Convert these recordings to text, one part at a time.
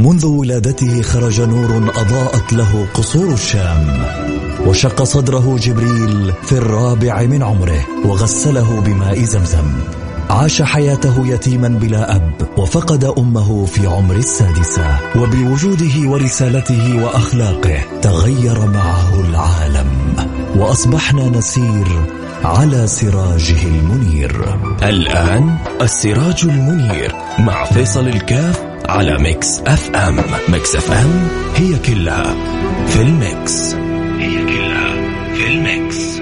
منذ ولادته خرج نور أضاءت له قصور الشام، وشق صدره جبريل في 4 من عمره وغسله بماء زمزم. عاش حياته يتيما بلا أب، وفقد أمه في عمر 6، وبوجوده ورسالته وأخلاقه تغير معه العالم، وأصبحنا نسير على سراجه المنير. الآن السراج المنير مع فيصل الكاف على ميكس اف ام. ميكس اف ام هي كلها في الميكس، هي كلها في الميكس.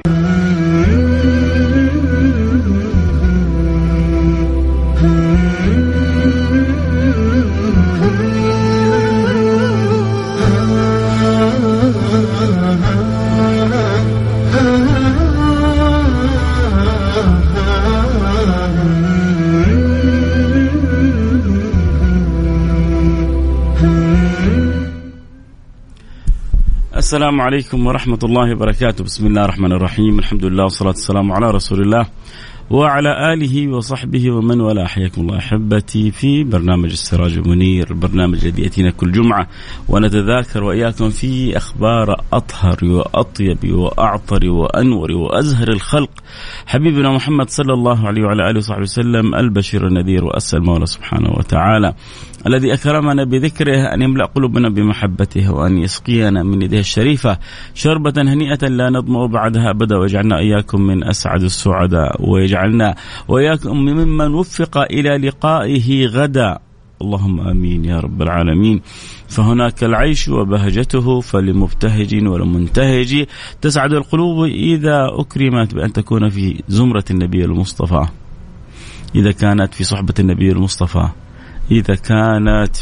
السلام عليكم ورحمة الله وبركاته. بسم الله الرحمن الرحيم، الحمد لله والصلاة والسلام على رسول الله وعلى آله وصحبه ومن والاه. حياكم الله أحبتي في برنامج السراج المنير، البرنامج الذي يأتينا كل جمعة ونتذاكر وإياكم في أخبار أطهر وأطيب وأعطر وأنور وأزهر الخلق حبيبنا محمد صلى الله عليه وعلى آله وصحبه وسلم، البشير النذير. وأسأل المولى سبحانه وتعالى الذي أكرمنا بذكره أن يملأ قلوبنا بمحبته، وأن يسقينا من يده الشريفة شربة هنيئة لا نظمأ بعدها أبدا، ويجعلنا إياكم من أسعد السعداء، ويجعلنا وإياكم ممن وفق إلى لقائه غدا. اللهم آمين يا رب العالمين. فهناك العيش وبهجته، فلمبتهج ولمنتهج تسعد القلوب إذا أكرمت بأن تكون في زمرة النبي المصطفى، إذا كانت في صحبة النبي المصطفى، إذا كانت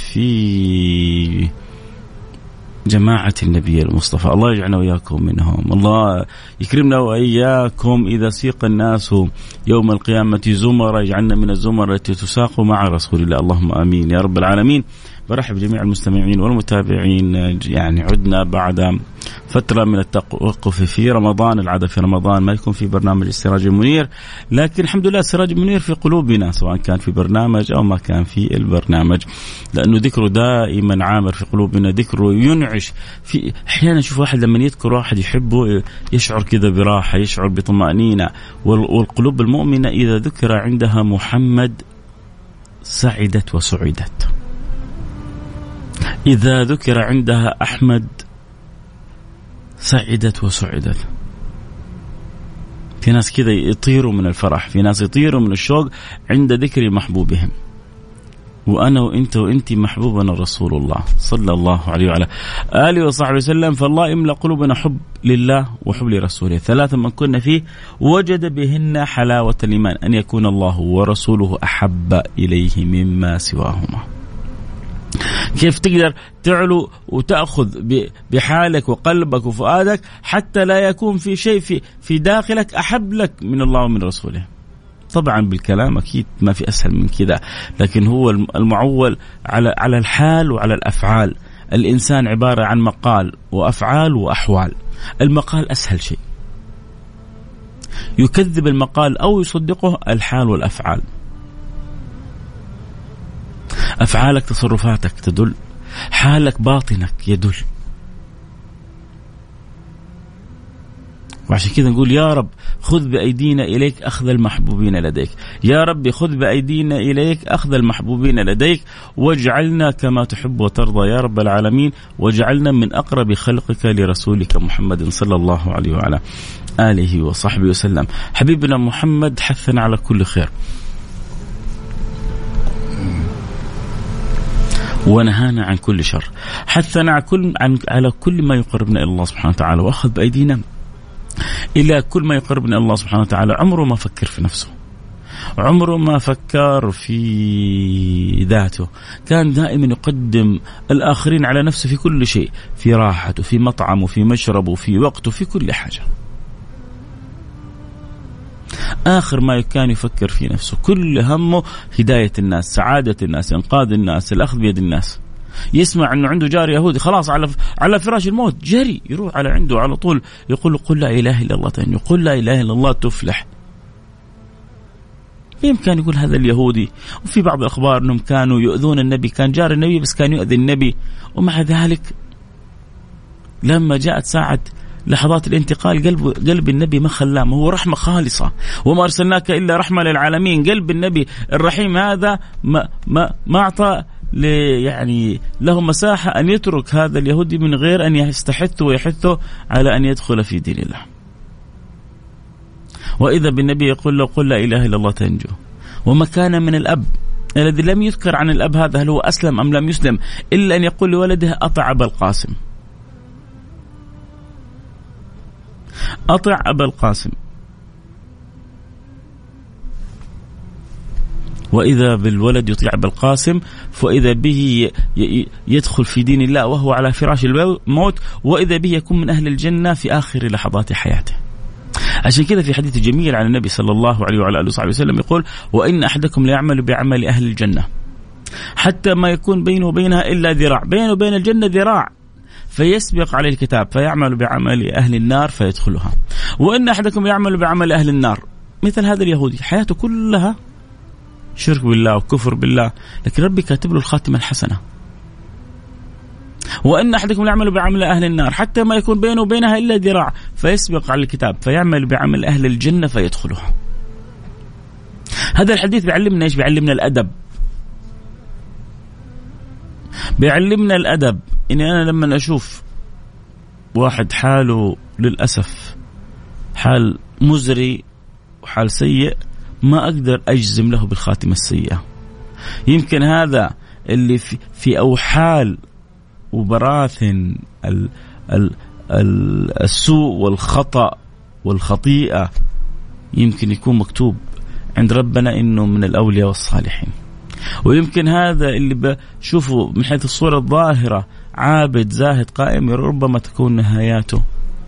في جماعة النبي المصطفى. الله يجعلنا وإياكم منهم، الله يكرمنا وإياكم إذا سيق الناس يوم القيامة زمرة، يجعلنا من الزمرة التي تساق مع رسول الله. اللهم آمين يا رب العالمين. برحب جميع المستمعين والمتابعين. يعني عدنا بعد فترة من التوقف في رمضان. العادة في رمضان ما يكون في برنامج السراج المنير، لكن الحمد لله السراج المنير في قلوبنا، سواء كان في برنامج أو ما كان في البرنامج، لأنه ذكره دائما عامر في قلوبنا، ذكره ينعش. في أحيانا نشوف واحد لما يذكر واحد يحبه يشعر كذا براحة، يشعر بطمأنينة. والقلوب المؤمنة إذا ذكر عندها محمد سعدت وسعدت، إذا ذكر عندها أحمد سعدت وسعدت. في ناس كذا يطيروا من الفرح، في ناس يطيروا من الشوق عند ذكر محبوبهم. وأنا وإنت وإنتي محبوبنا رسول الله صلى الله عليه وعلى آله وصحبه وسلم. فالله يملأ قلوبنا حب لله وحب لرسوله، 3 من كنا فيه وجد بهن حلاوة الإيمان، أن يكون الله ورسوله أحب إليه مما سواهما. كيف تقدر تعلو وتأخذ بحالك وقلبك وفؤادك حتى لا يكون في شيء في داخلك أحب لك من الله ومن رسوله؟ طبعا بالكلام أكيد ما في أسهل من كذا، لكن هو المعول على الحال وعلى الأفعال. الإنسان عبارة عن مقال وأفعال وأحوال. المقال أسهل شيء، يكذب المقال أو يصدقه الحال والأفعال. أفعالك تصرفاتك تدل، حالك باطنك يدل. وعشان كذا نقول يا رب خذ بأيدينا إليك أخذ المحبوبين لديك، يا رب خذ بأيدينا إليك أخذ المحبوبين لديك، واجعلنا كما تحب وترضى يا رب العالمين، واجعلنا من أقرب خلقك لرسولك محمد صلى الله عليه وعلى آله وصحبه وسلم. حبيبنا محمد حثنا على كل خير ونهانا عن كل شر، حثنا على كل ما يقربنا إلى الله سبحانه وتعالى، وأخذ بأيدينا إلى كل ما يقربنا إلى الله سبحانه وتعالى. عمره ما فكر في نفسه، عمره ما فكر في ذاته، كان دائما يقدم الآخرين على نفسه في كل شيء، في راحته، في مطعمه، في مشربه، في وقته، في كل حاجة. آخر ما كان يفكر في نفسه، كل همه هداية الناس، سعادة الناس، إنقاذ الناس، الأخذ بيد الناس. يسمع أنه عنده جار يهودي خلاص على فراش الموت، جري يروح على عنده على طول، يقول له قل لا إله إلا الله تنجو، قل لا إله إلا الله تفلح. بإمكان يقول هذا اليهودي. وفي بعض الأخبار أنهم كانوا يؤذون النبي، كان جار النبي بس كان يؤذي النبي، ومع ذلك لما جاءت ساعة لحظات الانتقال قلب النبي ما خلاه، هو رحمة خالصة، وما أرسلناك إلا رحمة للعالمين. قلب النبي الرحيم هذا ما أعطى يعني له مساحة أن يترك هذا اليهودي من غير أن يستحث ويحثه على أن يدخل في دين الله. وإذا بالنبي يقول له قل لا إله إلا الله تنجو. وما كان من الأب الذي لم يذكر عن الأب هذا هل هو أسلم أم لم يسلم إلا أن يقول لولده أطع أبا القاسم، أطع أبا القاسم. وإذا بالولد يطيع أبا القاسم فإذا به يدخل في دين الله وهو على فراش الموت، وإذا به يكون من أهل الجنة في آخر لحظات حياته. عشان كذا في حديث جميل عن النبي صلى الله عليه وعلى آله وصحبه وسلم يقول وإن أحدكم ليعمل بعمل أهل الجنة حتى ما يكون بينه وبينها إلا ذراع، بينه وبين الجنة ذراع، فيسبق عليه الكتاب فيعمل بعمل أهل النار فيدخلها. وإن أحدكم يعمل بعمل أهل النار، مثل هذا اليهودي حياته كلها شرك بالله وكفر بالله، لكن ربي كاتب له الخاتمة الحسنة. وإن أحدكم يعمل بعمل أهل النار حتى ما يكون بينه وبينها إلا ذراع فيسبق على الكتاب فيعمل بعمل أهل الجنة فيدخلها. هذا الحديث بيعلمنا إيش؟ بيعلمنا الأدب، بيعلمنا الأدب. إني أنا لما أشوف واحد حاله للأسف حال مزري وحال سيء ما أقدر أجزم له بالخاتمة السيئة. يمكن هذا اللي في أوحال وبراثن السوء والخطأ والخطيئة يمكن يكون مكتوب عند ربنا إنه من الأولياء والصالحين. ويمكن هذا اللي بشوفه من حيث الصورة الظاهرة عابد زاهد قائم ربما تكون نهاياته.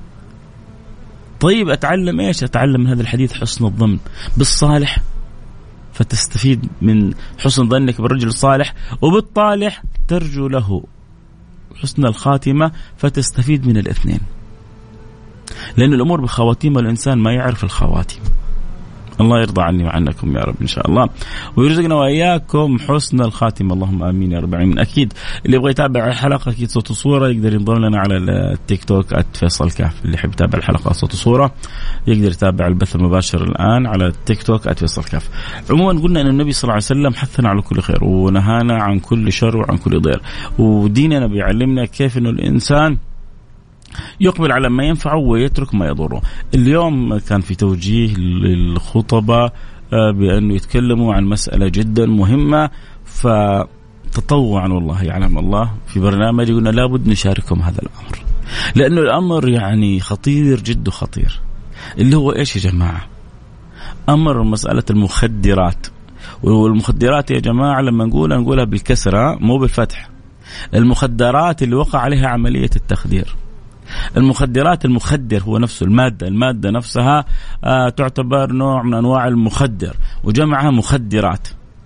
طيب أتعلم إيش؟ أتعلم من هذا الحديث حسن الظن بالصالح فتستفيد من حسن ظنك بالرجل الصالح، وبالطالح ترجو له حسن الخاتمة فتستفيد من الاثنين، لأن الأمور بخواتيم الإنسان ما يعرف الخواتيم. الله يرضى عني وعنكم يا رب إن شاء الله، ويرزقنا وإياكم حسن الخاتمة، اللهم آمين يا رب العالمين. أكيد اللي يبغى يتابع الحلقة أكيد صوت وصورة يقدر ينضم لنا على التيك توك @فيصل كاف. اللي يحب يتابع الحلقة صوت وصورة يقدر يتابع البث المباشر الآن على التيك توك @فيصل كاف. عموما قلنا أن النبي صلى الله عليه وسلم حثنا على كل خير ونهانا عن كل شر وعن كل ضير، وديننا بيعلمنا كيف إنه الإنسان يقبل على ما ينفعه ويترك ما يضره. اليوم كان في توجيه للخطبة بأنه يتكلموا عن مسألة جدا مهمة، فتطوعا والله يعلم الله في برنامج قلنا لابد نشاركهم هذا الأمر، لأنه الأمر يعني خطير جد خطير. اللي هو إيش يا جماعة؟ أمر مسألة المخدرات. والمخدرات يا جماعة لما نقولها بالكسرة مو بالفتح. المخدرات اللي وقع عليها عملية التخدير. المخدرات، المخدر هو نفسه المادة نفسها تعتبر نوع من أنواع المخدر وجمعها مخدرات.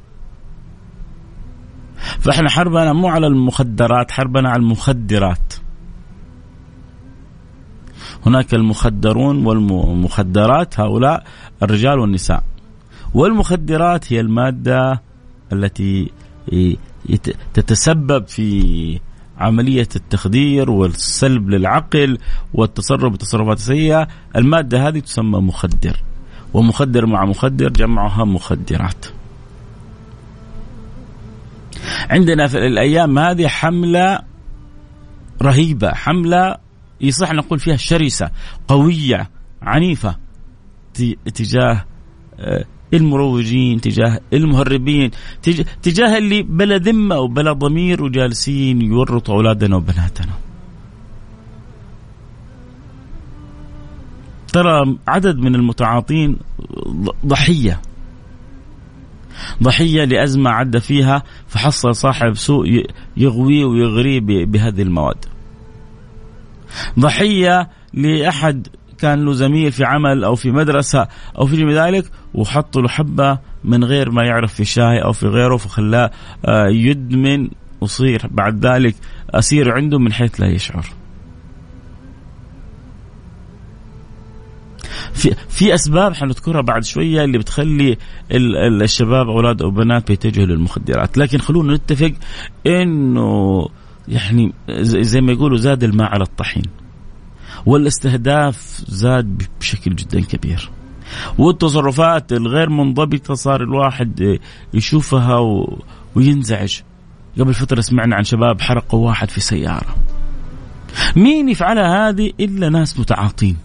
فإحنا حربنا مو على المخدرات، حربنا على المخدرات. هناك المخدرون والمخدرات هؤلاء الرجال والنساء، والمخدرات هي المادة التي تتسبب في عملية التخدير والسلب للعقل والتصرف بتصرفات سيئة. المادة هذه تسمى مخدر، ومخدر مع مخدر جمعها مخدرات. عندنا في الأيام هذه حملة رهيبة، حملة يصح نقول فيها شرسة قوية عنيفة تجاه المروجين، تجاه المهربين، تجاه اللي بلا ذمة وبلا ضمير وجالسين يورطوا أولادنا وبناتنا. ترى عدد من المتعاطين ضحية لأزمة عدى فيها، فحصل صاحب سوء يغوي ويغري بهذه المواد. ضحية لأحد كان له زميل في عمل أو في مدرسة أو في ذلك وحط له حبة من غير ما يعرف في شاي أو في غيره، فخلاه يدمن وصير بعد ذلك أسير عنده من حيث لا يشعر. في أسباب حنذكرها بعد شوية اللي بتخلي الشباب أولاد أو بنات بيتجهوا للمخدرات. لكن خلونا نتفق إنه يعني زي ما يقولوا زاد الماء على الطحين، والاستهداف زاد بشكل جدا كبير، والتصرفات الغير منضبطة صار الواحد يشوفها وينزعج. قبل فترة سمعنا عن شباب حرقوا واحد في سيارة. مين يفعلها هذه إلا ناس متعاطين.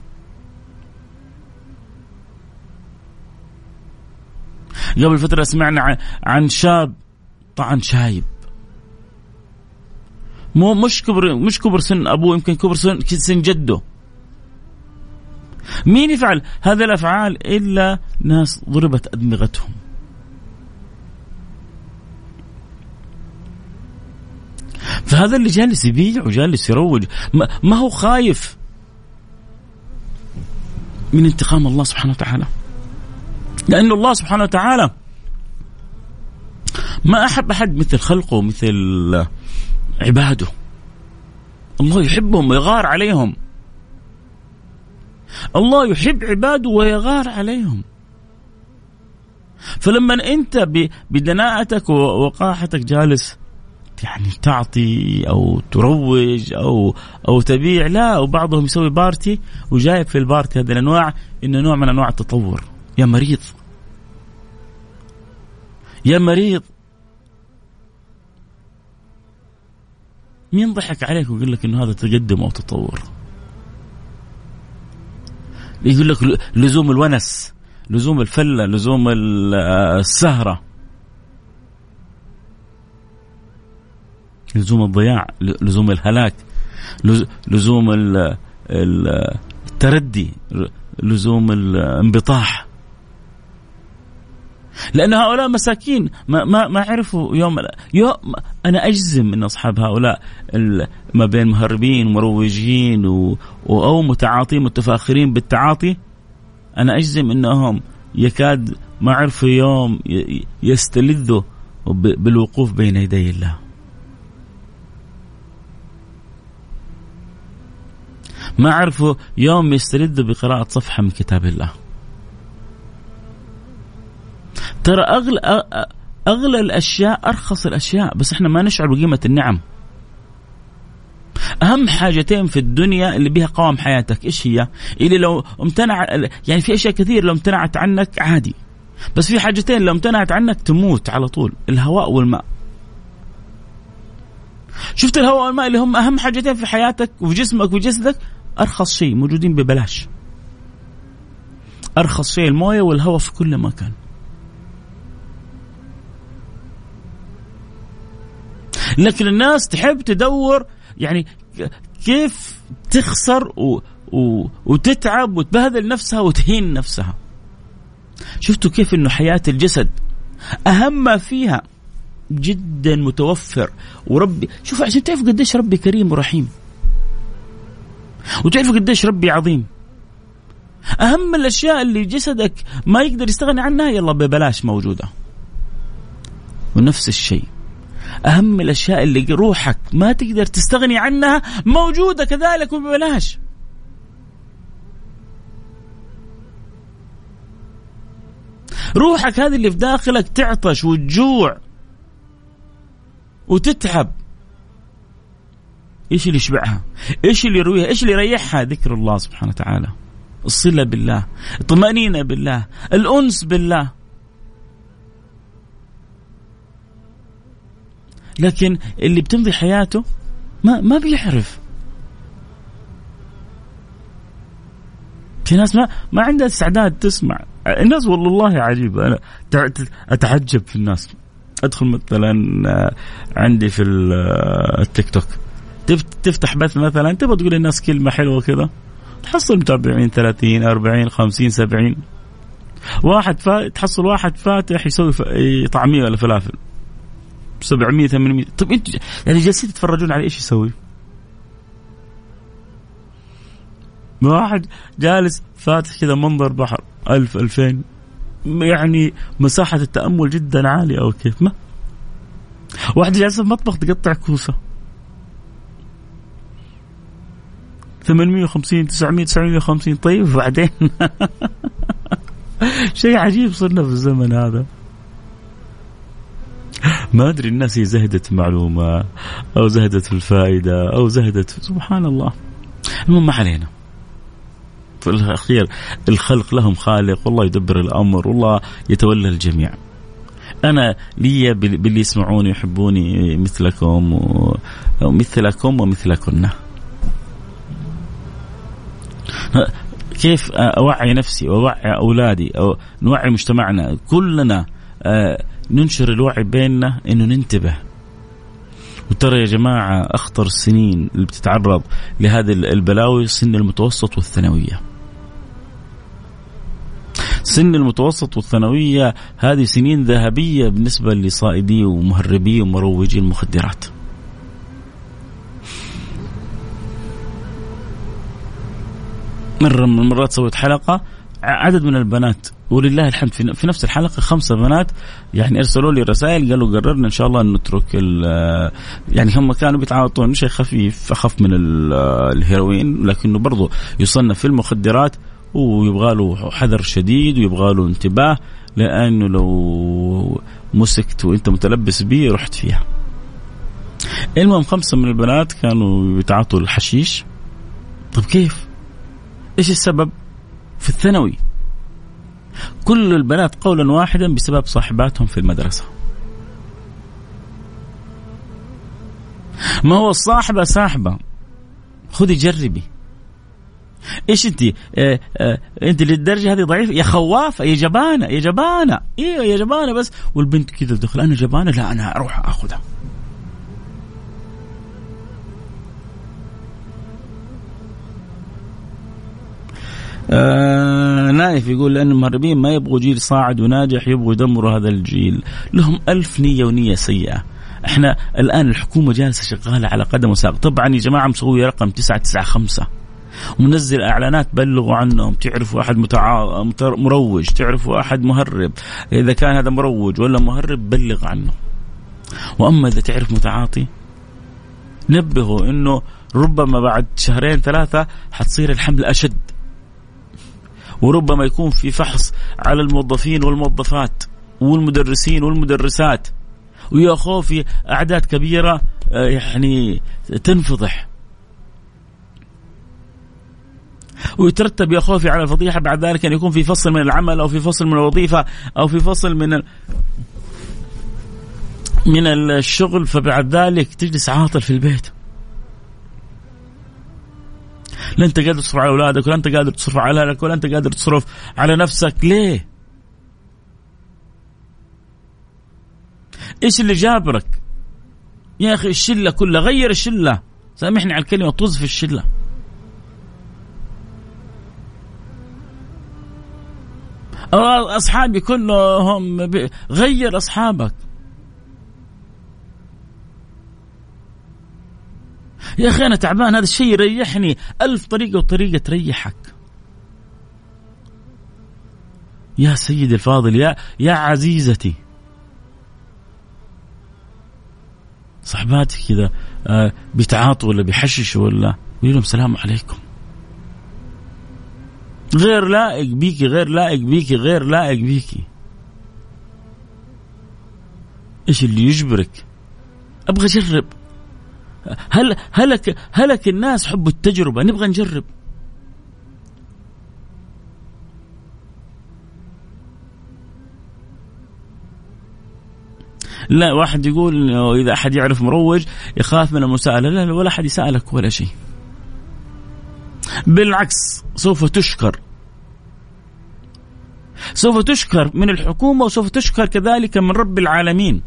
قبل فترة سمعنا عن شاب طعن شايب، مش كبر سن أبوه، يمكن كبر سن جده. مين يفعل هذه الأفعال إلا ناس ضربت أدمغتهم. فهذا اللي جالس يبيع وجالس يروج ما هو خايف من انتقام الله سبحانه وتعالى، لأن الله سبحانه وتعالى ما أحب أحد مثل خلقه ومثل عباده. الله يحبهم ويغار عليهم. الله يحب عباده ويغار عليهم. فلما أنت بدناءتك ووقاحتك جالس يعني تعطي أو تروج أو تبيع، لا، وبعضهم يسوي بارتي وجايب في البارتي هذه الأنواع إنه نوع من أنواع التطور. يا مريض يا مريض، مين ضحك عليك ويقول لك إنه هذا تقدم أو تطور؟ يقول لك لزوم الونس، لزوم الفلة، لزوم السهرة، لزوم الضياع، لزوم الهلاك، لزوم التردي، لزوم الانبطاح. لأن هؤلاء مساكين ما عرفوا يوم أنا أجزم أن أصحاب هؤلاء ما بين مهربين ومروجين أو متعاطين متفاخرين بالتعاطي، أنا أجزم أنهم يكاد ما عرفوا يوم يستلذوا بالوقوف بين يدي الله. ما عرفوا يوم يستلذوا بقراءة صفحة من كتاب الله. ترى أغلى الأشياء أرخص الأشياء، بس إحنا ما نشعر بقيمة النعم. أهم حاجتين في الدنيا اللي بها قوام حياتك إيش هي؟ اللي لو امتنع، يعني في أشياء كثير لو امتنعت عنك عادي، بس في حاجتين لو امتنعت عنك تموت على طول: الهواء والماء. شفت الهواء والماء اللي هم أهم حاجتين في حياتك وفي جسمك وجسدك، أرخص شيء موجودين ببلاش. أرخص شيء الموية والهواء في كل مكان. لكن الناس تحب تدور يعني كيف تخسر وتتعب وتبهدل نفسها وتهين نفسها. شفتوا كيف إنه حياة الجسد أهم ما فيها جدا متوفر، وربي شوف عشان تعرف قديش ربي كريم ورحيم، وتعرف قديش ربي عظيم. أهم الأشياء اللي جسدك ما يقدر يستغني عنها يلا ببلاش موجودة. ونفس الشيء أهم الأشياء اللي روحك ما تقدر تستغني عنها موجودة كذلك وببلاش. روحك هذه اللي في داخلك تعطش وتجوع وتتعب، إيش اللي يشبعها؟ إيش اللي يرويها؟ إيش اللي يريحها؟ ذكر الله سبحانه وتعالى، الصلة بالله، الطمأنينة بالله، الأنس بالله. لكن اللي بتمضي حياته ما بيعرف. في ناس ما عندها استعداد تسمع الناس. والله عجيب، أنا أتعجب في الناس. أدخل مثلا عندي في التيك توك، تفتح بث مثلا، تبغى تقول للناس كلمة حلوة كذا، تحصل متابعين 30 40 50 70. تحصل واحد فاتح يسوي طعمية ولا فلافل 700 800. طب انت يعني جالسين تتفرجون على ايش يسوي؟ واحد جالس فاتح كذا منظر بحر 1000 2000، يعني مساحة التأمل جدا عالية. أو كيف ما واحد جالس في مطبخ تقطع كوسة. 850 900 950. طيب وبعدين شيء عجيب صرنا في الزمن هذا. ما أدري الناس هي زهدت معلومة أو زهدت في الفائدة أو زهدت سبحان الله. المهم ما علينا، في الأخير الخلق لهم خالق، والله يدبر الأمر، والله يتولى الجميع. أنا لي باللي يسمعوني يحبوني مثلكم ومثلكم ومثلكن. كيف أوعي نفسي وأوعي أولادي أو نوعي مجتمعنا كلنا، ننشر الوعي بيننا إنه ننتبه. وترى يا جماعة أخطر السنين اللي بتتعرض لهذه البلاوي سن المتوسط والثانوية. سن المتوسط والثانوية هذه سنين ذهبية بالنسبة لصائدي ومهربي ومروجي المخدرات. مرة من المرات سويت حلقة، عدد من البنات ولله الحمد في نفس الحلقة 5 بنات يعني أرسلوا لي رسائل قالوا قررنا إن شاء الله أن نترك يعني هم كانوا بيتعاطون شيء خفيف أخف من الهيروين، لكنه برضو يصنف في المخدرات ويبغى له حذر شديد ويبغى له انتباه، لأنه لو مسكت وإنت متلبس به رحت فيها. المهم 5 من البنات كانوا يتعاطوا الحشيش. طب كيف؟ إيش السبب؟ في الثانوي كل البنات قولا واحدا بسبب صاحباتهم في المدرسة. ما هو الصاحبة ساحبة، خذي جربي. ايش انت للدرجة هذه ضعيفة يا خوافة يا جبانة يا جبانة، ايوه يا جبانة بس. والبنت كذا تدخل انا جبانة، لا انا اروح اخذها. نايف يقول لأن المهربين ما يبغوا جيل صاعد وناجح، يبغوا يدمروا هذا الجيل، لهم 1000 نية ونية سيئة. احنا الآن الحكومة جالسة شغالة على قدم وساق. طبعا يا جماعة مسوية رقم 995 ومنزل إعلانات بلغوا عنهم، تعرفوا أحد مروج، تعرفوا أحد مهرب، إذا كان هذا مروج ولا مهرب بلغ عنه. وأما إذا تعرف متعاطي نبهوا إنه ربما بعد 2 3 حتصير الحمل أشد، وربما يكون في فحص على الموظفين والموظفات والمدرسين والمدرسات، ويا خوفي أعداد كبيرة يعني تنفضح، ويترتب يا خوفي على الفضيحة بعد ذلك أن يكون في فصل من العمل أو في فصل من الوظيفة أو في فصل من الشغل، فبعد ذلك تجلس عاطل في البيت. لا أنت قادر تصرف على أولادك، ولا أنت قادر تصرف على أهلك، ولا أنت قادر تصرف على نفسك. ليه؟ إيش اللي جابرك يا أخي؟ الشلة كلها، غير الشلة، سامحني على الكلمة، طز في الشلة. أصحابي كلهم غير أصحابك يا أخي. أنا تعبان، هذا الشيء يريحني 1000 طريقة وطريقة تريحك. يا سيدي الفاضل، يا عزيزتي، صحباتك كذا بيتعاطوا ولا بيحششوا ولا يقول لهم السلام عليكم، غير لائق بيكي، غير لائق بيكي، غير لائق بيكي. إيش اللي يجبرك؟ أبغى أجرب. هلك الناس حب التجربة، نبغى نجرب. لا واحد يقول إذا أحد يعرف مروج يخاف من المساءلة. لا ولا أحد يسألك ولا شيء، بالعكس سوف تشكر، سوف تشكر من الحكومة وسوف تشكر كذلك من رب العالمين.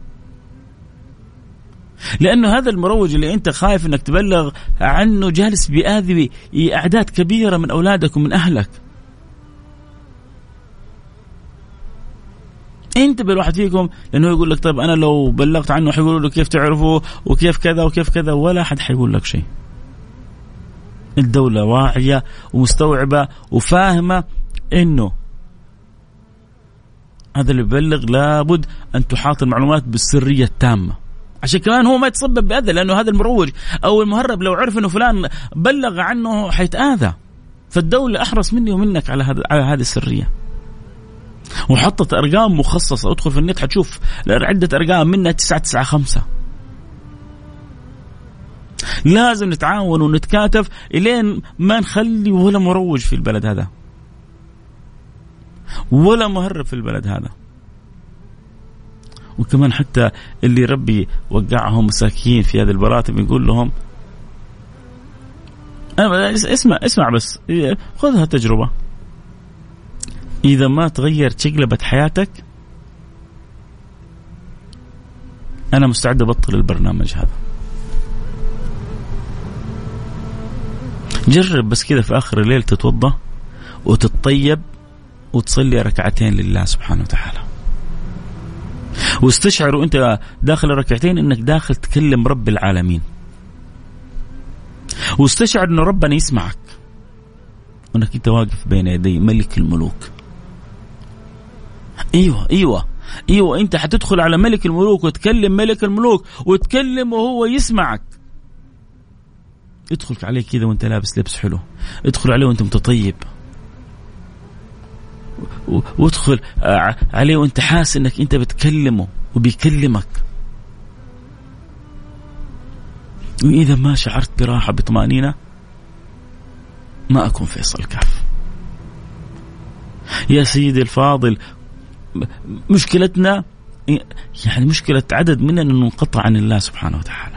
لأنه هذا المروج اللي أنت خايف أنك تبلغ عنه جالس بيآذي أعداد كبيرة من أولادك ومن أهلك. أنت بالواحد فيكم لأنه يقول لك طيب أنا لو بلغت عنه حيقولوا له كيف تعرفوا وكيف كذا وكيف كذا، ولا أحد حيقول لك شيء. الدولة واعية ومستوعبة وفاهمة إنه هذا اللي يبلغ لابد أن تحاط المعلومات بالسرية التامة، عشان كمان هو ما يتسبب بأذى، لأنه هذا المروج أو المهرب لو عرف أنه فلان بلغ عنه حيتآذى. فالدولة أحرص مني ومنك على هذه السرية، وحطت أرقام مخصصة. ادخل في النت حتشوف عدة أرقام منها 995. لازم نتعاون ونتكاتف إلين ما نخلي ولا مروج في البلد هذا ولا مهرب في البلد هذا. وكمان حتى اللي ربي وقعهم مساكين في هذه البراتب يقول لهم اسمع بس خذها تجربة، إذا ما تغيرت شقلبة حياتك أنا مستعد أبطل البرنامج هذا. جرب بس كذا في آخر الليل تتوضأ وتتطيب وتصلي ركعتين لله سبحانه وتعالى، واستشعر وانت داخل الركعتين انك داخل تكلم رب العالمين، واستشعر ان ربنا يسمعك وانك انت واقف بين يدي ملك الملوك. ايوه انت حتدخل على ملك الملوك وتكلم ملك الملوك وتكلم وهو يسمعك. ادخل عليه كذا وانت لابس لبس حلو، ادخل عليه وانت متطيب، وادخل عليه وانت حاسس انك انت بتكلمه وبيكلمك. واذا ما شعرت براحة بطمأنينة ما اكون فيصل كاف. يا سيدي الفاضل، مشكلتنا يعني مشكلة عدد مننا انه انقطع عن الله سبحانه وتعالى.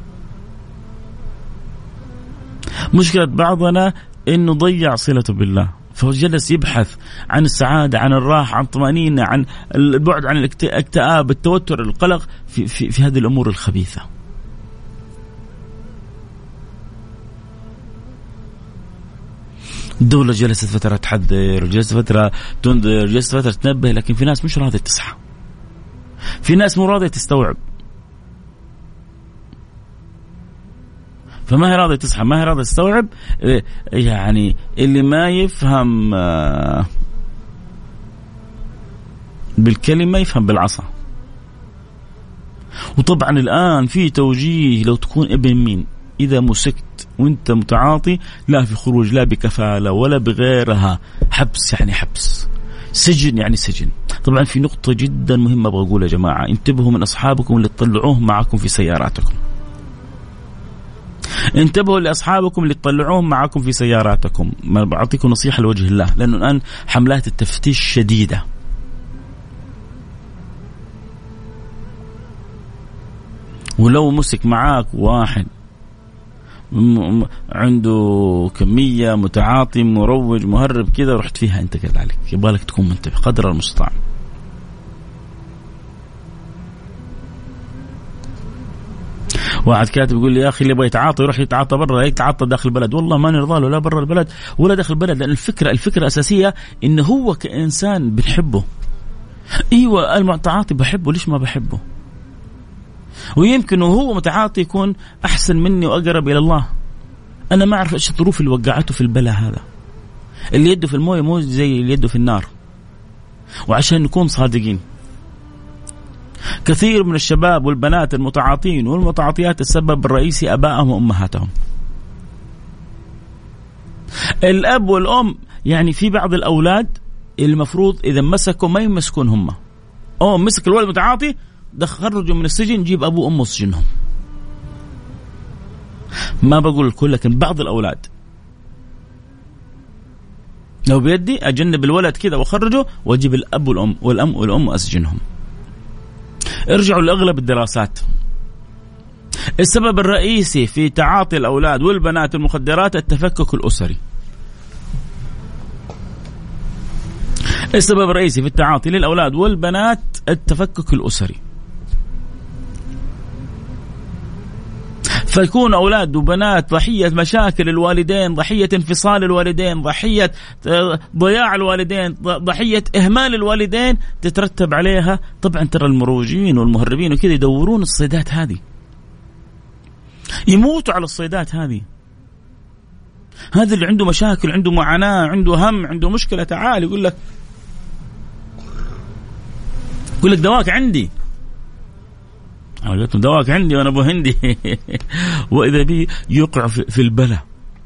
مشكلة بعضنا انه ضيع صلته بالله، فجلس يبحث عن السعادة، عن الراحة، عن طمأنينة، عن البعد عن الاكتئاب، التوتر، القلق في هذه الأمور الخبيثة. الدولة جلست فترة تحذر، وجلست فترة تنذر، جلست فترة تنبه، لكن في ناس مش راضية تصحى، في ناس مو راضية تستوعب. فما هي راضية تصحى، ما هي راضية تستوعب. يعني اللي ما يفهم بالكلمة يفهم بالعصا. وطبعا الآن في توجيه، لو تكون ابن مين إذا مسكت وانت متعاطي لا في خروج، لا بكفالة ولا بغيرها، حبس يعني حبس، سجن يعني سجن. طبعا في نقطة جدا مهمة أبغى أقولها يا جماعة، انتبهوا من أصحابكم اللي تطلعوهم معكم في سياراتكم. انتبهوا لأصحابكم اللي تطلعوهم معكم في سياراتكم. ما بعطيكم نصيحة لوجه الله، لأنه الآن حملات التفتيش شديدة. ولو مسك معاك واحد عنده كمية، متعاطي، مروج، مهرب كذا، رحت فيها انت كذلك. يبغالك تكون منتبه قدر المستطاع. واحد كاتب يقول لي يا أخي اللي يبغى يتعاطى يروح يتعاطى برا، يتعاطى داخل البلد. والله ما نرضى له لا برا البلد ولا داخل البلد، لأن الفكرة الأساسية إنه هو كإنسان بنحبه. أيوة المتعاطي بحبه، ليش ما بحبه؟ ويمكن وهو متعاطي يكون أحسن مني وأقرب إلى الله. أنا ما أعرف إيش الظروف اللي وقعته في البلاء هذا. اللي يده في المويه مو زي اللي يده في النار. وعشان نكون صادقين، كثير من الشباب والبنات المتعاطين والمتعاطيات السبب الرئيسي أبائهم وأمهاتهم. الأب والأم، يعني في بعض الأولاد المفروض إذا مسكوا ما يمسكون هم. مسك الولد متعاطي، خرجوا من السجن، جيب أبوه وأمه سجنهم. ما بقول الكل، لكن بعض الأولاد لو بيدي أجنب الولد كذا وخرجه وأجيب الأب والأم والأم وأسجنهم. ارجعوا لأغلب الدراسات، السبب الرئيسي في تعاطي الأولاد والبنات المخدرات التفكك الأسري. السبب الرئيسي في التعاطي للأولاد والبنات التفكك الأسري. فيكون أولاد وبنات ضحية مشاكل الوالدين، ضحية انفصال الوالدين، ضحية ضياع الوالدين، ضحية إهمال الوالدين، تترتب عليها طبعا ترى المروجين والمهربين وكذا يدورون الصيدات هذه، يموتوا على الصيدات هذه. هذا اللي عنده مشاكل، عنده معاناة، عنده هم، عنده مشكلة، تعال يقول لك دواك عندي. أنا قلت دواك عندي وأنا أبو هندي. وإذا بي يقع في البلاء.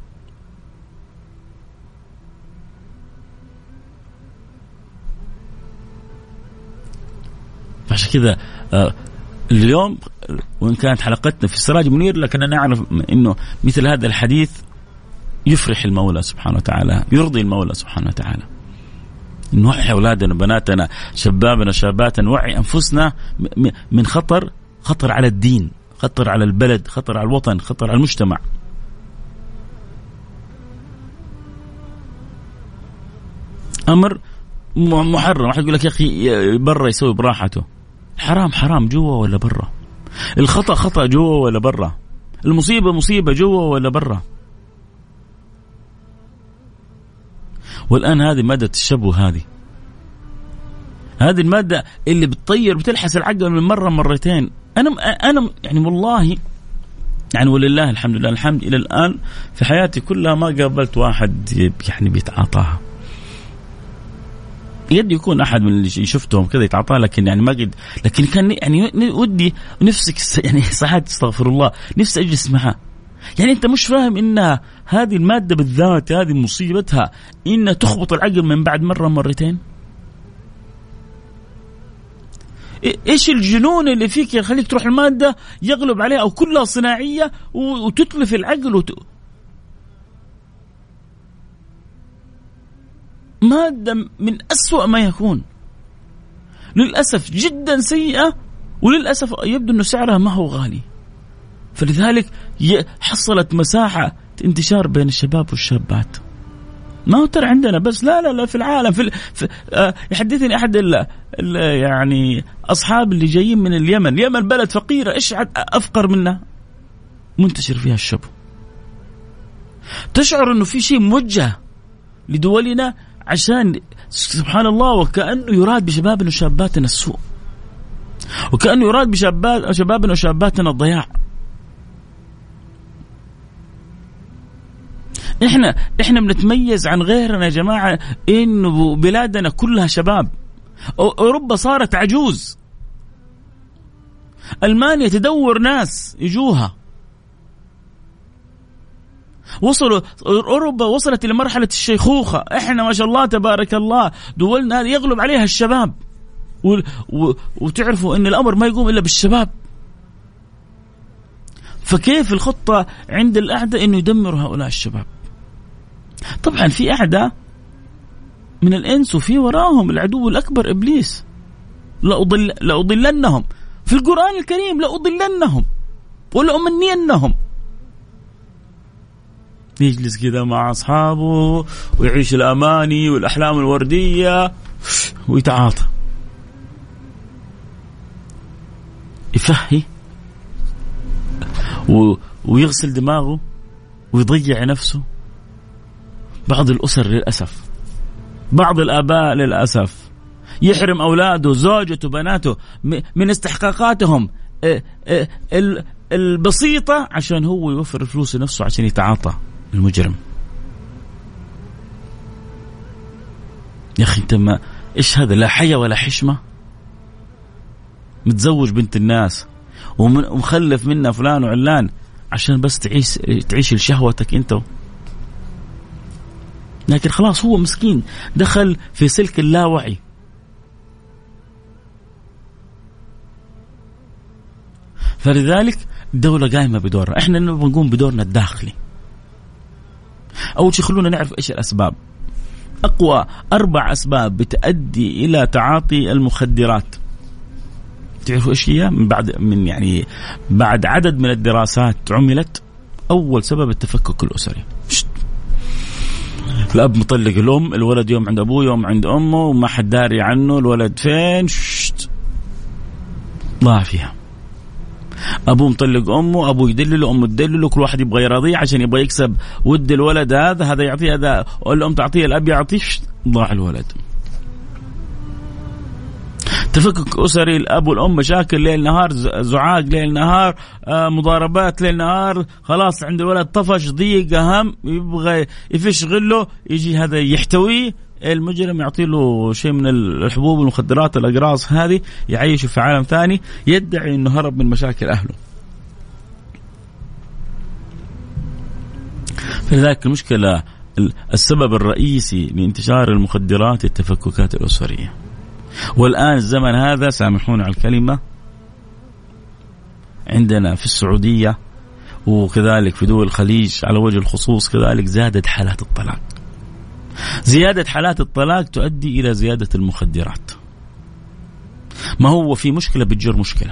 عشان كذا اليوم وإن كانت حلقتنا في السراج منير، لكن أنا أعرف إنه مثل هذا الحديث يفرح المولى سبحانه وتعالى، يرضي المولى سبحانه وتعالى. نوعي أولادنا بناتنا شبابنا شاباتنا، نوعي أنفسنا من خطر على الدين، خطر على البلد، خطر على الوطن، خطر على المجتمع. أمر محرم. واحد يقول لك يا أخي برا يسوي براحته. الحرام حرام جوا ولا برا؟ الخطأ خطأ جوا ولا برا؟ المصيبة مصيبة جوا ولا برا؟ والآن هذه مادة الشبو، هذه المادة اللي بتطير بتلحس العقل من مرة مرتين. أنا يعني والله يعني ولله الحمد لله الحمد إلى الآن في حياتي كلها ما قابلت واحد يعني بيتعاطاها. يد يكون أحد من اللي شفتهم كذا يتعاطاه، لكن يعني ما قد، لكن كان يعني ودي نفسك يعني صحات استغفر الله نفسي أجلس معها. يعني أنت مش فاهم إنها هذه المادة بالذات هذه مصيبتها إنها تخبط العقل من بعد مرة مرتين. إيش الجنون اللي فيك يخليك تروح المادة يغلب عليها أو كلها صناعية وتتلف العقل مادة من أسوأ ما يكون، للأسف جدا سيئة، وللأسف يبدو أنه سعرها ما هو غالي. فلذلك حصلت مساحة انتشار بين الشباب والشابات. ما هو ترى عندنا بس، لا في العالم. يحدثني أحد يعني أصحاب اللي جايين من اليمن بلد فقيرة، إيش أفقر منها؟ منتشر فيها الشبو. تشعر أنه في شيء موجه لدولنا عشان سبحان الله، وكأنه يراد بشبابنا وشاباتنا السوء، وكأنه يراد بشبابنا وشاباتنا الضياع. احنا بنتميز عن غيرنا يا جماعة انه بلادنا كلها شباب. اوروبا صارت عجوز، ألمانيا تدور ناس يجوها، أوروبا وصلت إلى مرحلة الشيخوخة. إحنا ما شاء الله تبارك الله دولنا يغلب عليها الشباب، وتعرفوا أن الأمر ما يقوم إلا بالشباب. فكيف الخطة عند الأعداء أنه يدمروا هؤلاء الشباب؟ طبعا في أعداء من الإنس وفي وراهم العدو الأكبر إبليس. لأضلنهم في القرآن الكريم، لأضلنهم ولأمنينهم. يجلس كذا مع أصحابه ويعيش الأماني والأحلام الوردية ويتعاطى، يفهي ويغسل دماغه ويضيع نفسه. بعض الأسر للأسف، بعض الآباء للأسف يحرم أولاده زوجته بناته من استحقاقاتهم البسيطة عشان هو يوفر فلوس نفسه عشان يتعاطى المجرم. يا أخي أنت ما إيش هذا؟ لا حياة ولا حشمة. متزوج بنت الناس ومخلف منها فلان وعلان عشان بس تعيش لشهوتك أنت. لكن خلاص هو مسكين دخل في سلك اللاوعي. فلذلك الدولة قائمة بدورها، احنا نقوم بدورنا الداخلي. أول شيء خلونا نعرف إيش الأسباب. أقوى 4 أسباب بتؤدي إلى تعاطي المخدرات. تعرفوا إيش هي؟ بعد عدد من الدراسات عملت. أول سبب التفكك الأسري. الأب مطلق الأم، الولد يوم عند أبوه يوم عند أمه وما حد داري عنه، الولد فين ضاع فيها. أبوه مطلق أمه، أبوه يدلله، أمه تدلله، كل واحد يبغى يرضيه عشان يبغى يكسب ود الولد. هذا يعطيه، هذا الأم تعطيه، الأب يعطيه، ضاع الولد. تفكك أسري، الأب والأم مشاكل ليل نهار، زعاق ليل نهار، مضاربات ليل نهار. خلاص عند الولد طفش، ضيق، هم، يبغى يفش غله، يجي هذا يحتويه، المجرم يعطي له شيء من الحبوب والمخدرات الأقراص هذه، يعيشه في عالم ثاني، يدعي أنه هرب من مشاكل أهله. فلذلك المشكلة السبب الرئيسي لانتشار المخدرات التفككات الأسرية. والآن الزمن هذا، سامحوني على الكلمة، عندنا في السعودية وكذلك في دول الخليج على وجه الخصوص كذلك زادت حالات الطلاق. زيادة حالات الطلاق تؤدي إلى زيادة المخدرات. ما هو في مشكلة بتجر مشكلة.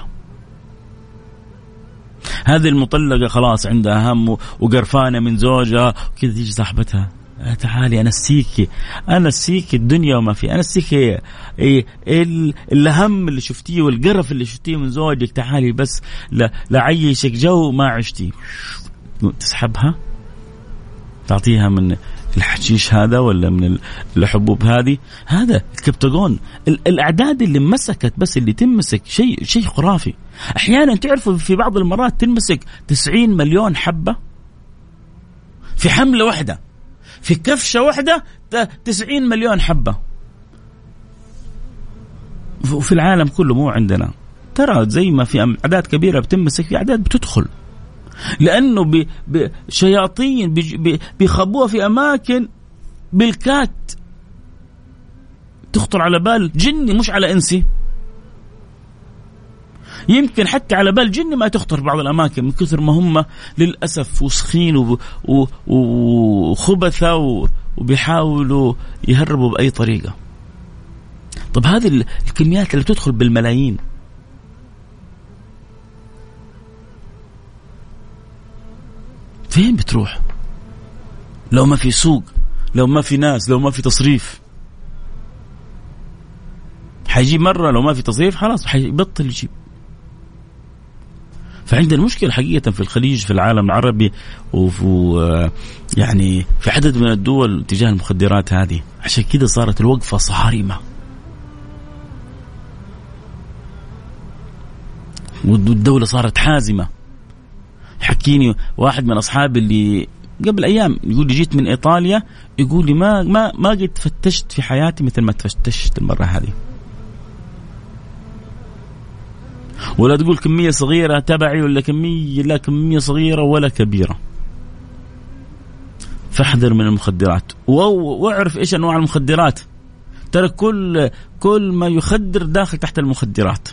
هذه المطلقة خلاص عندها هم وقرفانة من زوجها، كذا تيجي صاحبتها تعالي أنا السيكي الدنيا وما في، أنا السيكي الهم اللي شفتيه والقرف اللي شفتيه من زوجك، تعالي بس لعيشك جو ما عشتي. تسحبها تعطيها من الحشيش هذا ولا من الحبوب هذه. هذا الكبتاغون، الأعداد اللي مسكت بس اللي تمسك شيء خرافي. أحيانا تعرفوا في بعض المرات تمسك 90 مليون حبة في حملة واحدة، في كفشة واحدة 90 مليون حبة في العالم كله، مو عندنا. ترى زي ما في أعداد كبيرة بتمسك، في أعداد بتدخل، لأنه شياطين بيخبوها في أماكن بالكات تخطر على بال جني مش على إنسي. يمكن حتى على بال جني ما تخطر بعض الأماكن من كثر ما هم للأسف وسخين وخبثة وبيحاولوا يهربوا بأي طريقة. طب هذه الكميات اللي تدخل بالملايين، فين بتروح؟ لو ما في سوق، لو ما في ناس، لو ما في تصريف، حيجيب مرة. لو ما في تصريف خلاص حيبطل يجيب. فعندنا مشكلة حقيقة في الخليج، في العالم العربي، وفي يعني في عدد من الدول تجاه المخدرات هذه. عشان كده صارت الوقفة صارمة، والدولة صارت حازمة. حكيني واحد من أصحابي اللي قبل أيام يقول لي جيت من إيطاليا، يقول لي ما قد فتشت في حياتي مثل ما تفتشت المرة هذه. ولا تقول كمية صغيرة تبعي ولا كمية صغيرة ولا كبيرة. فاحذر من المخدرات واعرف إيش أنواع المخدرات. ترى كل ما يخدر داخل تحت المخدرات،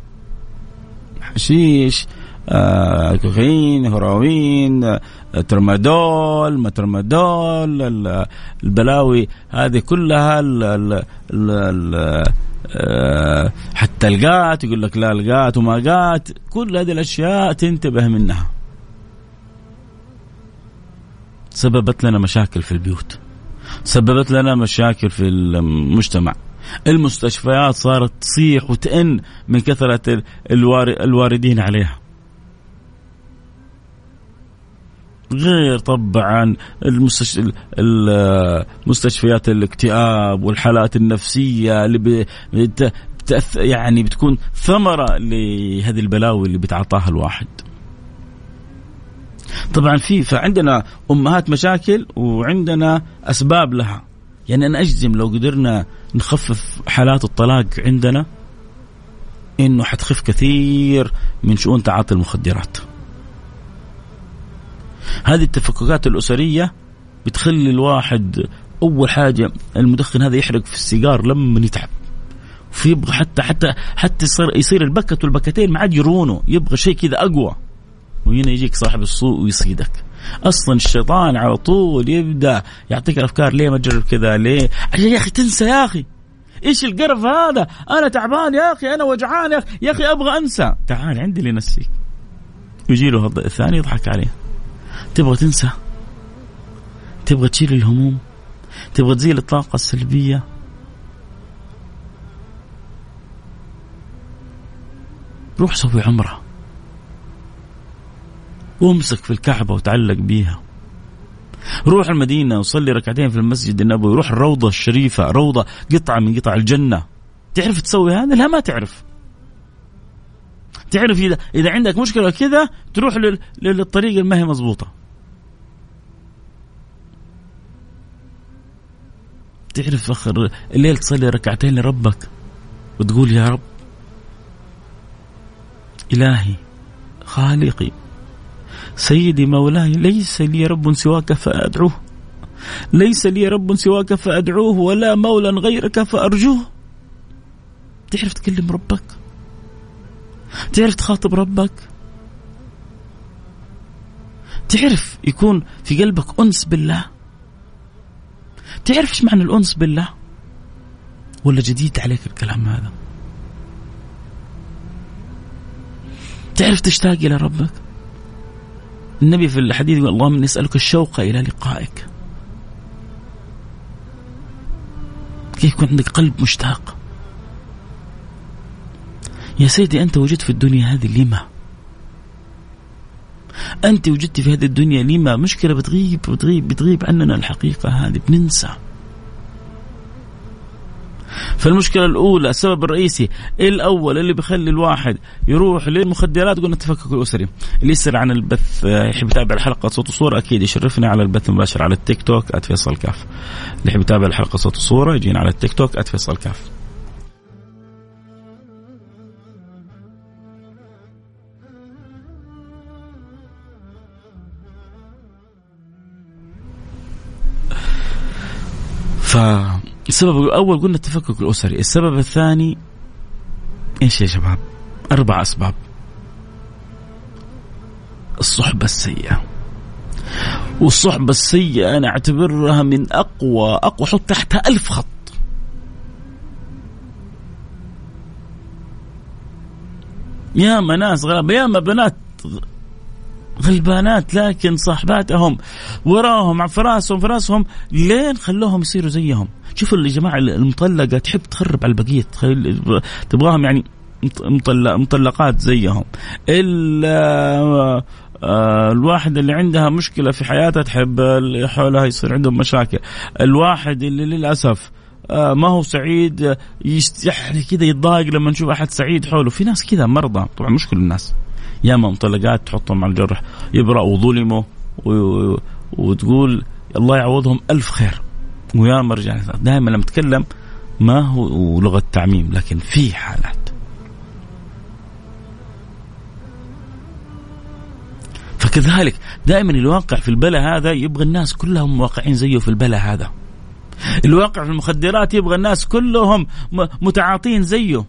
حشيش، كوكايين، هيروين، ترمادول، مترمادول، البلاوي هذه كلها، حتى القات، يقول لك لا القات وما قات، كل هذه الأشياء تنتبه منها. سببت لنا مشاكل في البيوت، سببت لنا مشاكل في المجتمع. المستشفيات صارت تصيح وتئن من كثرة الواردين عليها. غير طبعا المستشفيات الاكتئاب والحالات النفسية اللي يعني بتكون ثمرة لهذه البلاوي اللي بتعطاها الواحد. طبعا فعندنا أمهات مشاكل وعندنا أسباب لها. يعني أنا أجزم لو قدرنا نخفف حالات الطلاق عندنا إنه حتخف كثير من شؤون تعاطي المخدرات. هذه التفككات الأسرية بتخلي الواحد أول حاجة المدخن هذا يحرق في السيجار لما يتعب، ويبغى حتى يصير البكت والبكتين ما عاد يرونه، يبغى شيء كذا أقوى. وهنا يجيك صاحب السوق ويصيدك. أصلا الشيطان على طول يبدأ يعطيك أفكار، ليه ما تجرب كذا، ليه عشان يا أخي تنسى، يا أخي إيش القرف هذا، أنا تعبان يا أخي، أنا وجعان يا أخي أبغى أنسى، تعال عندي اللي ينسيك. يجي له الثاني يضحك عليه. تبغى تنسى، تبغى تشيل الهموم، تبغى تزيل الطاقة السلبية، روح سوي عمرة وامسك في الكعبة وتعلق بيها. روح المدينة وصلي ركعتين في المسجد النبوي. روح الروضة الشريفة، روضة قطعة من قطع الجنة. تعرف تسوي هذا؟ لا ما تعرف. تعرف إذا عندك مشكلة كذا تروح للطريق اللي ما هي مضبوطة. تعرف آخر الليل تصلي ركعتين لربك وتقول يا رب إلهي خالقي سيدي مولاي ليس لي رب سواك فأدعوه، ليس لي رب سواك فأدعوه، ولا مولا غيرك فأرجوه. تعرف تكلم ربك، تعرف تخاطب ربك، تعرف يكون في قلبك أنس بالله. تعرف ايش معنى الأنس بالله؟ ولا جديد عليك الكلام هذا؟ تعرف تشتاق إلى ربك؟ النبي في الحديث يقول اللهم إني أسألك الشوق إلى لقائك. كيف يكون عندك قلب مشتاق؟ يا سيدي أنت وجدت في الدنيا هذه لما؟ أنت وجدت في هذه الدنيا لما؟ مشكلة بتغيب عننا الحقيقة هذه، بننسى. فالمشكلة الأولى السبب الرئيسي الأول اللي بيخلي الواحد يروح للمخدرات، قلنا التفكك الأسري. اللي يسر عن البث يحب يتابع الحلقة صوت وصورة أكيد يشرفنا على البث المباشر على التيك توك @فيصل كاف. اللي يحب يتابع الحلقة صوت وصورة يجينا على التيك توك @فيصل كاف. فالسبب الأول قلنا التفكك الأسري. السبب الثاني إيش يا شباب؟ 4 أسباب. الصحبة السيئة، والصحبة السيئة أنا أعتبرها من أقوى حط تحتها 1000 خط. يا ما ناس غلبة، يا ما بنات غلبانات لكن صاحباتهم وراهم عن فراسهم لين خلوهم يصيروا زيهم. شوفوا الجماعة المطلقة تحب تخرب على البقية، تبغاهم يعني مطلقات زيهم. الواحد اللي عندها مشكلة في حياتها تحب اللي حولها يصير عندهم مشاكل. الواحد اللي للأسف ما هو سعيد يعني كذا يتضايق لما نشوف أحد سعيد حوله. في ناس كذا مرضى، طبعا مش كل الناس، ياما مطلقات تحطهم على الجرح يبرأوا وظلموا وتقول الله يعوضهم 1000 خير. ويا مرجع دائما لما نتكلم ما هو لغة تعميم، لكن في حالات. فكذلك دائما الواقع في البلاء هذا يبغى الناس كلهم واقعين زيه في البلاء هذا. الواقع في المخدرات يبغى الناس كلهم متعاطين زيه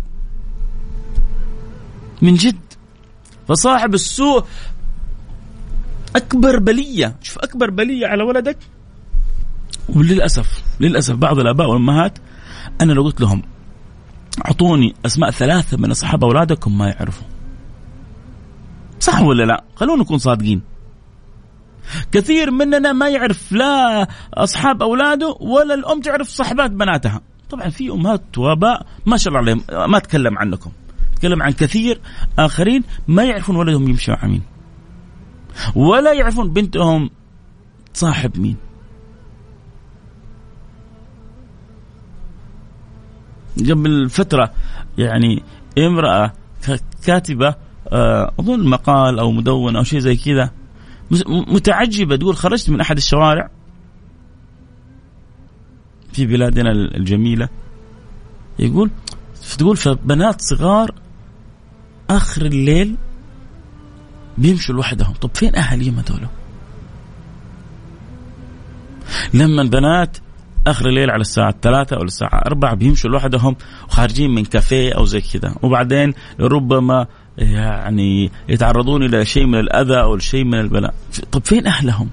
من جد. فصاحب السوء أكبر بلية. شوف أكبر بلية على ولدك. وللأسف بعض الآباء والأمهات أنا لو قلت لهم أعطوني أسماء 3 من أصحاب أولادكم ما يعرفوا. صح ولا لا؟ خلونا نكون صادقين. كثير مننا ما يعرف لا أصحاب أولاده ولا الأم تعرف صاحبات بناتها. طبعا في أمهات وآباء ما شاء الله عليهم، ما أتكلم عنكم، أتكلم عن كثير آخرين ما يعرفون ولدهم يمشي مع مين، ولا يعرفون بنتهم صاحب مين. قبل فترة يعني امرأة كاتبة أظن مقال أو مدونة أو شيء زي كذا متعجبة، تقول خرجت من أحد الشوارع في بلادنا الجميلة، تقول فبنات صغار آخر الليل بيمشوا لوحدهم. طب فين أهاليهم هذول؟ لما البنات آخر الليل على الساعة 3 أو الساعة 4 بيمشوا لوحدهم وخارجين من كافيه أو زي كذا، وبعدين ربما يعني يتعرضون إلى شيء من الأذى أو شيء من البلاء. طب فين أهلهم؟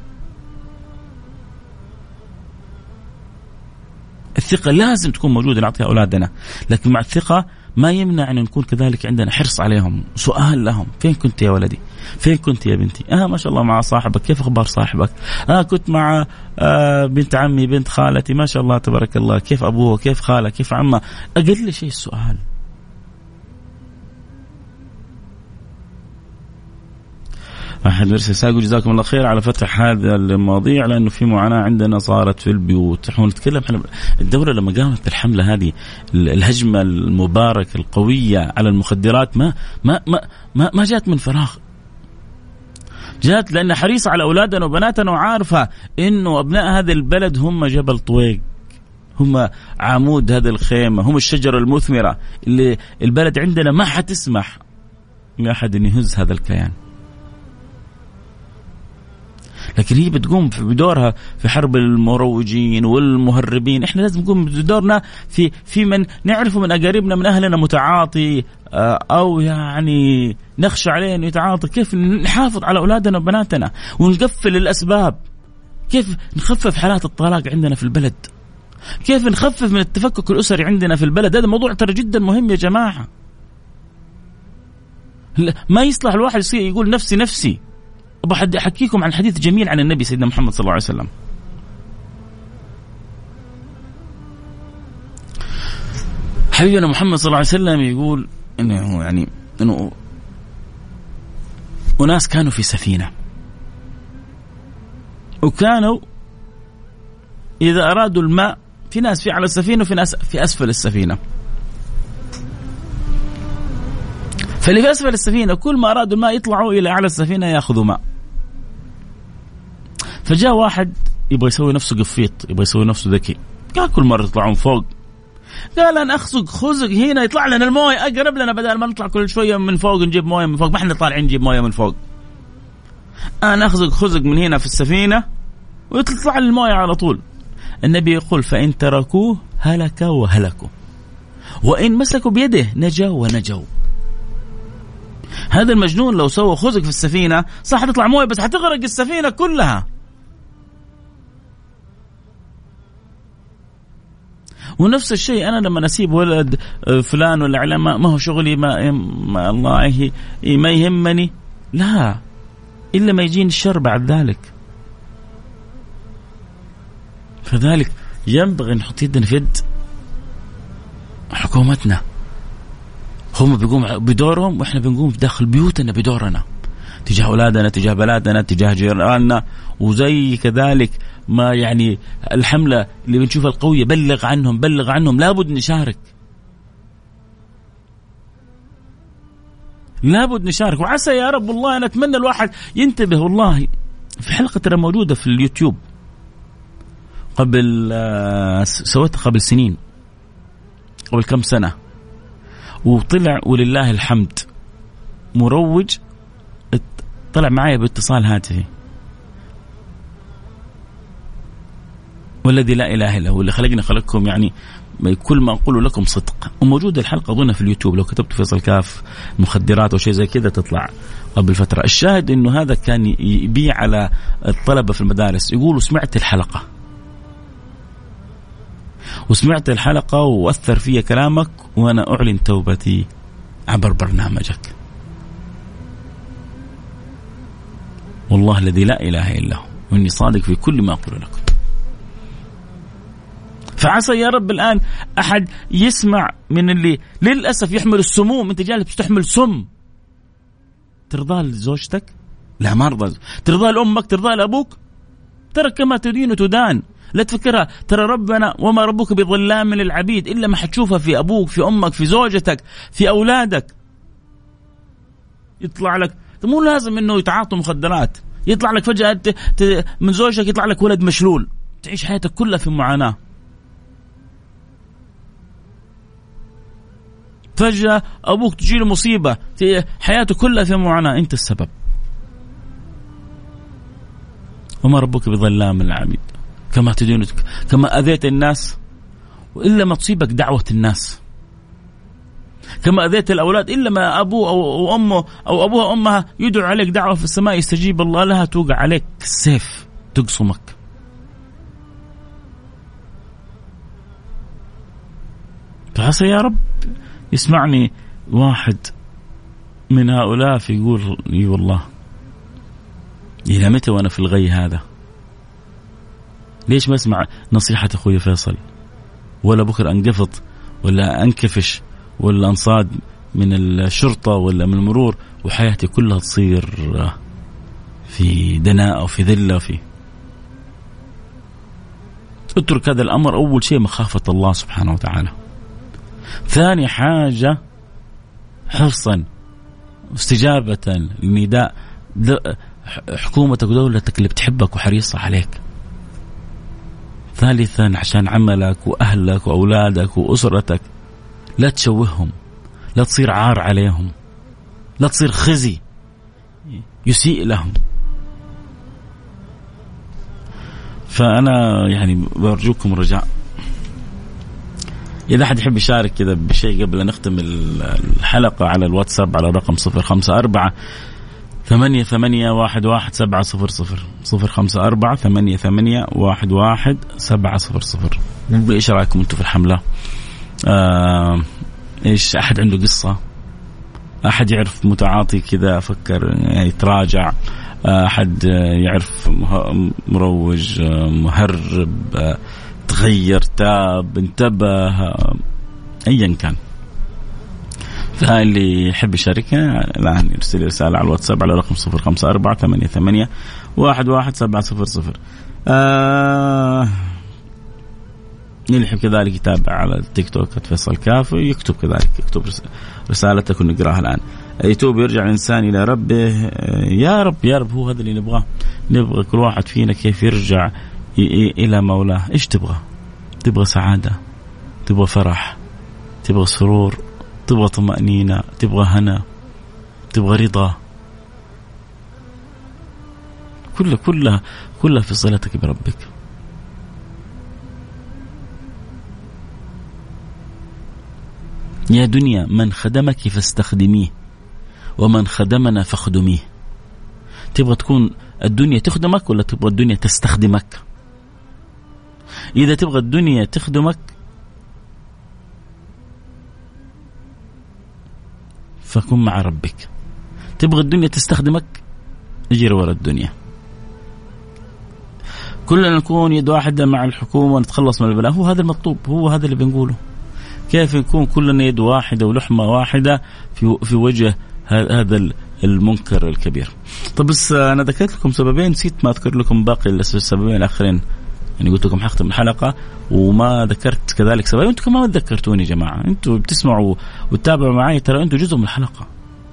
الثقة لازم تكون موجودة نعطيها أولادنا، لكن مع الثقة ما يمنع أن نكون كذلك عندنا حرص عليهم، سؤال لهم فين كنت يا ولدي، فين كنت يا بنتي، ما شاء الله مع صاحبك، كيف أخبار صاحبك، كنت مع بنت عمي بنت خالتي ما شاء الله تبارك الله، كيف أبوه كيف خاله كيف عمه. أقل شيء السؤال. أحد مرسل ساقو جزاكم الله خير على فتح هذا المواضيع، لأنه في معاناة عندنا صارت في البيوت. نحن نتكلم عن الدولة لما قامت بالحملة هذه الهجمة المباركة القوية على المخدرات ما جات من فراغ، جات لأن حريصة على أولادنا وبناتنا وعارفة إنه أبناء هذا البلد هم جبل طويق، هم عمود هذا الخيمة، هم الشجرة المثمرة اللي البلد عندنا ما حتسمح لأحد أن يهز هذا الكيان. لكن هي بتقوم بدورها في حرب المروجين والمهربين. احنا لازم نقوم بدورنا في من نعرفه من أقاربنا من أهلنا متعاطي أو يعني نخشى عليه أنه يتعاطى، كيف نحافظ على أولادنا وبناتنا ونقفل الأسباب، كيف نخفف حالات الطلاق عندنا في البلد، كيف نخفف من التفكك الأسري عندنا في البلد. هذا موضوع ترى جدا مهم يا جماعة. ما يصلح الواحد يقول نفسي نفسي. أبغى أحكيكم عن حديث جميل عن النبي سيدنا محمد صلى الله عليه وسلم. حبيبنا محمد صلى الله عليه وسلم يقول إنه أناس كانوا في سفينة، وكانوا إذا أرادوا الماء، في ناس في على السفينة وفي ناس في أسفل السفينة. فاللي في أسفل السفينة كل ما أرادوا الماء يطلعوا إلى أعلى السفينة يأخذوا ماء. فجاء واحد يبغى يسوي نفسه قفيط، يبغى يسوي نفسه ذكي، قال كل مرة يطلعون فوق، قال أنا خزق هنا يطلع لنا المويه أقرب لنا، بدل ما نطلع كل شوية من فوق نجيب مويه من فوق، ما احنا طالعين نجيب مويه من فوق. أنا خزق من هنا في السفينة ويطلع المويه على طول. النبي يقول فإن تركوه هلك وهلكوا، وإن مسكوا بيده نجوا ونجوا. هذا المجنون لو سوى خزق في السفينة صح تطلع مويه، بس حتغرق السفينة كلها. ونفس الشيء أنا لما نسيب ولد فلان ولا علم ما هو شغلي، ما الله ما يهمني، لا إلا ما يجين الشر بعد ذلك. فذلك ينبغي نحط يدنا في يد حكومتنا، هم بيقوموا بدورهم وإحنا بنقوم داخل بيوتنا بدورنا تجاه أولادنا، تجاه بلادنا، تجاه جيراننا. وزي كذلك ما يعني الحملة اللي بنشوفها القوية، بلغ عنهم، لابد نشارك، وعسى يا رب والله أنا أتمنى الواحد ينتبه. والله في حلقة ترى موجودة في اليوتيوب سويتها قبل سنين، قبل كم سنة، وطلع ولله الحمد مروج طلع معايا باتصال هاتفي، والذي لا إله إلا هو اللي خلقنا خلقكم، يعني كل ما أقول لكم صدق. وموجود الحلقة أظن في اليوتيوب، لو كتبت فيصل كاف مخدرات أو شيء زي كذا تطلع قبل فترة. الشاهد إنه هذا كان يبيع على الطلبة في المدارس، يقولوا سمعت الحلقة وأثر فيها كلامك، وأنا أعلن توبتي عبر برنامجك. والله الذي لا إله إلا هو، وإني صادق في كل ما أقول لكم. فعسى يا رب الآن أحد يسمع من اللي للأسف يحمل السموم. أنت جالس تحمل سم، ترضى لزوجتك؟ لا ما أرضى. ترضى لأمك؟ ترضى لأبوك؟ ترى كما تدين تدان. لا تفكرها، ترى ربنا وما ربك بظلام للعبيد، إلا ما حتشوفها في أبوك، في أمك، في زوجتك، في أولادك. يطلع لك مو لازم إنه يتعاطوا مخدرات، يطلع لك فجأة من زوجك يطلع لك ولد مشلول، تعيش حياتك كلها في معاناة. فجأة أبوك تجيله مصيبة، حياته كلها في معاناة، أنت السبب. وما ربك بظلام العبيد كما تدينك، كما أذيت الناس وإلا ما تصيبك دعوة الناس، كما أذيت الأولاد إلا ما أبوه أو أمه أو أبوها أمها يدعو عليك دعوة في السماء يستجيب الله لها، توقع عليك السيف تقصمك. فعسى يا رب يسمعني واحد من هؤلاء فيقول لي والله إلى متى وأنا في الغي هذا؟ ليش ما أسمع نصيحة أخوي فيصل؟ ولا بكرة أنقفض ولا أنكفش ولا أنصاد من الشرطة ولا من المرور وحياتي كلها تصير في دناء أو في ذلة. اترك هذا الأمر. أول شيء مخافة الله سبحانه وتعالى. ثاني حاجة حرصا واستجابة لنداء حكومتك ودولتك اللي بتحبك وحريصة عليك. ثالثا عشان عملك وأهلك وأولادك وأسرتك لا تشوههم، لا تصير عار عليهم، لا تصير خزي يسيء لهم. فأنا يعني برجوكم رجاء، إذا أحد يحب يشارك كذا بشيء قبل أن نختم الحلقة على الواتساب على رقم 054-88-11-700 054-88-11-700. إيش رأيكم أنتم في الحملة؟ إيش أحد عنده قصة؟ أحد يعرف متعاطي كذا فكر يتراجع؟ أحد يعرف مروج مهرب تغير تاب انتبه أيا كان؟ فاللي يحب يشاركنا الآن يرسل رسالة على الواتساب على رقم 054-88-11-700. اللي يحب كذلك يتابع على التيك توك @فيصل كاف يكتب كذلك، يكتب رسالتك ونقراها الآن. يتوب يرجع الإنسان إلى ربه. يا رب يا رب، هو هذا اللي نبغاه. نبغى كل واحد فينا كيف يرجع إلى مولاه. إيش تبغى؟ تبغى سعادة، تبغى فرح، تبغى سرور، تبغى طمأنينة، تبغى هنا، تبغى رضا. كلها في صلتك بربك. يا دنيا من خدمك فاستخدميه ومن خدمنا فاخدميه. تبغى تكون الدنيا تخدمك ولا تبغى الدنيا تستخدمك؟ إذا تبغى الدنيا تخدمك فكن مع ربك. تبغى الدنيا تستخدمك اجري وراء الدنيا. كلنا نكون يد واحدة مع الحكومة ونتخلص من البلاء، هو هذا المطلوب، هو هذا اللي بنقوله. كيف نكون كلنا يد واحدة ولحمة واحدة في وجه هذا المنكر الكبير؟ طب بس أنا ذكرت لكم سببين، نسيت ما أذكر لكم باقي السببين الآخرين. يعني قلت لكم حختم الحلقة وما ذكرت كذلك سببين، أنتم كمان ما ذكرتوني يا جماعة. أنتم بتسمعوا وتتابعوا معي، ترى أنتم جزء من الحلقة.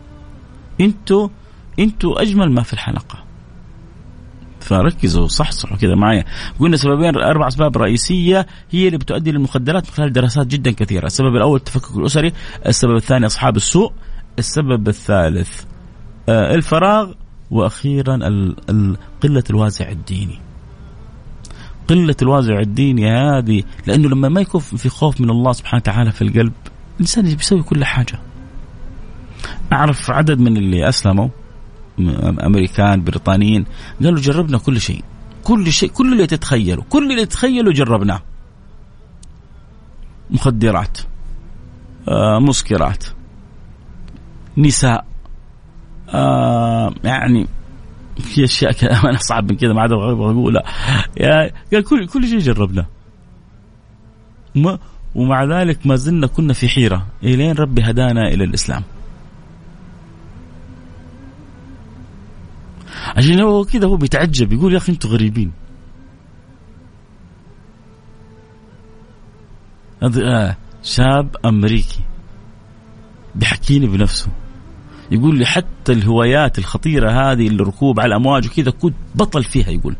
أنتم أجمل ما في الحلقة، فركزوا صحصحوا كذا معايا. قلنا سببين، 4 أسباب رئيسية هي اللي بتؤدي للمخدرات من خلال دراسات جدا كثيرة. السبب الأول التفكك الأسري، السبب الثاني أصحاب السوء، السبب الثالث الفراغ، وأخيرا قلة الوازع الديني. قلة الوازع الديني هذه، لأنه لما ما يكون في خوف من الله سبحانه وتعالى في القلب، الإنسان بيسوي كل حاجة. أعرف عدد من اللي أسلموا أمريكان بريطانيين قالوا جربنا كل شيء، كل اللي تتخيلوا جربناه. مخدرات، مسكرات، نساء، يعني في أشياء كمان أصعب من كذا ما عاد أبغى أقولها. قال كل شيء جربناه، ومع ذلك ما زلنا كنا في حيرة إلين ربي هدانا إلى الإسلام. عشان هو كذا هو بيتعجب، يقول يا أخي أنتوا غريبين. هذا شاب أمريكي بيحكيني بنفسه، يقول لي حتى الهوايات الخطيرة هذه، الركوب على الأمواج وكذا، كنت بطل فيها. يقول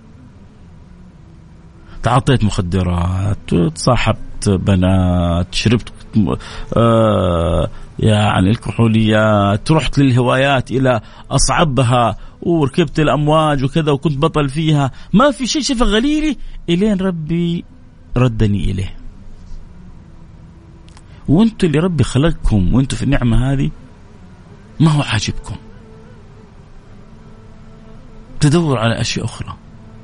تعاطيت مخدرات، تصاحبت بنات، شربت يعني الكحوليات، رحت للهوايات إلى أصعبها، وركبت الأمواج وكذا، وكنت بطل فيها. ما في شيء شفه غليلي إلين ربي ردني إليه. وانتوا اللي ربي خلقكم وانتوا في النعمة هذه ما هو عاجبكم، تدور على أشياء أخرى.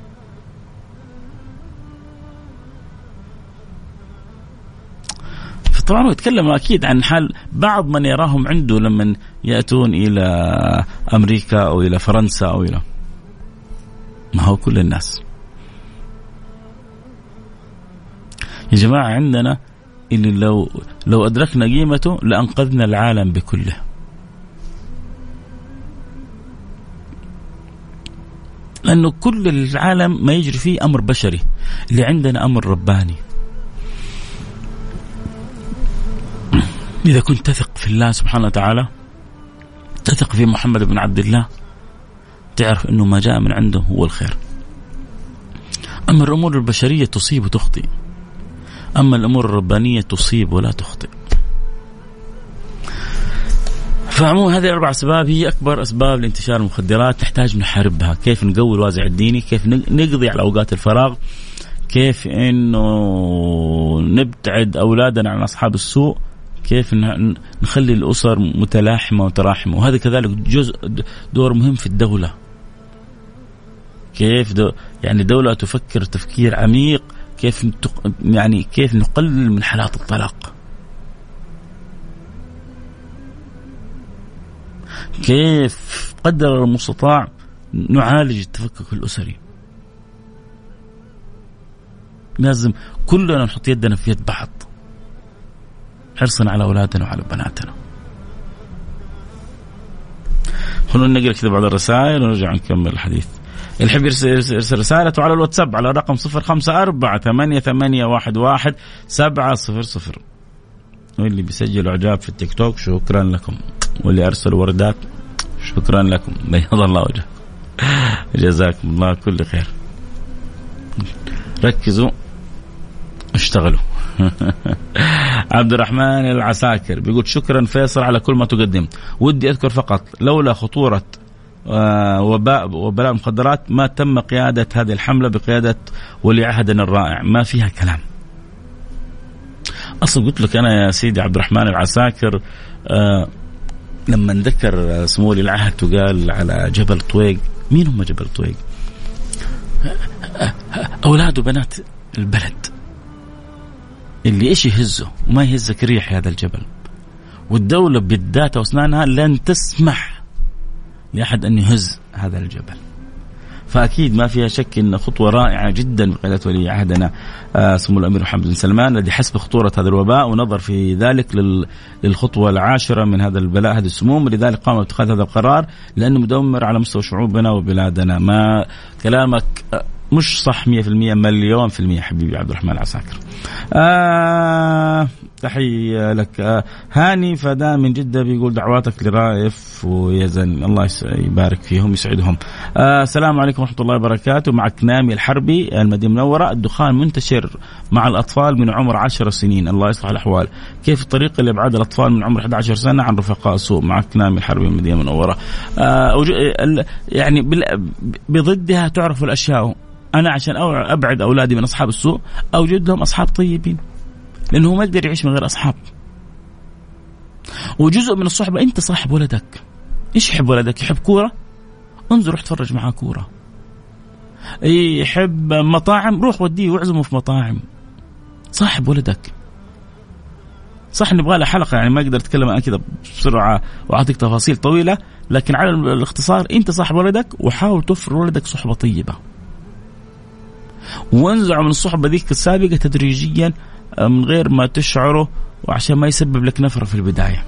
طبعا هو يتكلم أكيد عن حال بعض من يراهم عنده لما يأتون إلى أمريكا أو إلى فرنسا أو إلى، ما هو كل الناس يا جماعة. عندنا اللي لو أدركنا قيمته لأنقذنا العالم بكله. لأنه كل العالم ما يجري فيه أمر بشري، اللي عندنا أمر رباني. إذا كنت تثق في الله سبحانه وتعالى، تثق في محمد بن عبد الله، تعرف أنه ما جاء من عنده هو الخير. أما الأمور البشرية تصيب وتخطئ، أما الأمور الربانية تصيب ولا تخطئ. فعموما هذه 4 أسباب هي أكبر أسباب لانتشار المخدرات، نحتاج نحاربها. كيف نقوي الوازع الديني، كيف نقضي على أوقات الفراغ، كيف إنه نبتعد أولادنا عن أصحاب السوء، كيف نخلي الأسر متلاحمة وتراحمة. وهذا كذلك دور مهم في الدولة. كيف يعني دولة تفكر تفكير عميق، كيف كيف نقلل من حالات الطلاق، كيف قدر المستطاع نعالج التفكك الأسري. لازم كلنا نحط يدنا في يد بعض حرصا على أولادنا وعلى بناتنا. خلونا نقرأ كذا بعض الرسائل ونرجع نكمل الحديث. اللي يحب يرسل رسالته على الواتساب على رقم 0548811700، واللي بيسجلوا إعجاب في التيك توك شكرا لكم، واللي أرسلوا وردات شكرا لكم، بيض الله وجهكم، جزاكم الله كل خير. ركزوا اشتغلوا. عبد الرحمن العساكر بيقول شكرا فيصل على كل ما تقدم، ودي أذكر فقط لولا خطورة وبلاء المخدرات ما تم قيادة هذه الحملة بقيادة ولي عهدنا الرائع، ما فيها كلام. أصلا قلت لك أنا يا سيدي عبد الرحمن العساكر لما نذكر سمو ولي العهد وقال على جبل طويق، مين هم جبل طويق؟ أولاد وبنات البلد اللي إيش يهزه وما يهزك ريح هذا الجبل، والدولة بالذات وأسنانها لن تسمح لأحد أن يهز هذا الجبل. فأكيد ما فيها شك أن خطوة رائعة جدا بقيادة ولي عهدنا سمو الأمير محمد بن سلمان الذي حسب خطورة هذا الوباء ونظر في ذلك للخطوة العاشرة من هذا البلاء هذه السموم، لذلك قام باتخاذ هذا القرار لأنه مدمر على مستوى شعوبنا وبلادنا. ما كلامك مش صح 100%، مليون في المية حبيبي عبد الرحمن العساكر. تحية لك. هاني فدان من جدة بيقول دعواتك لرائف ويزن، الله يبارك فيهم يسعدهم. السلام عليكم ورحمة الله وبركاته. معك نامي الحربي المدينة المنورة. الدخان منتشر مع الأطفال من عمر 10 سنين، الله يصلح الأحوال. كيف الطريقة لإبعاد الأطفال من عمر 11 سنة عن رفقاء سوء؟ معك نامي الحربي المدينة المنورة. يعني بضدها تعرف الأشياء. أنا عشان أبعد أولادي من أصحاب السوء أوجد لهم أصحاب طيبين، لأنه ما يقدر يعيش من غير أصحاب. وجزء من الصحبة أنت صاحب ولدك. إيش يحب ولدك؟ يحب كورة؟ انظر روح تفرج معاه كورة. يحب مطاعم؟ روح وديه واعزمه في مطاعم. صاحب ولدك. صح نبغى له حلقة يعني ما أقدر أتكلم أنا كذا بسرعة وأعطيك تفاصيل طويلة، لكن على الاختصار أنت صاحب ولدك وحاول توفر ولدك صحبة طيبة، وانزعوا من الصحبة ذيك السابقة تدريجيا من غير ما تشعره، وعشان ما يسبب لك نفرة في البداية.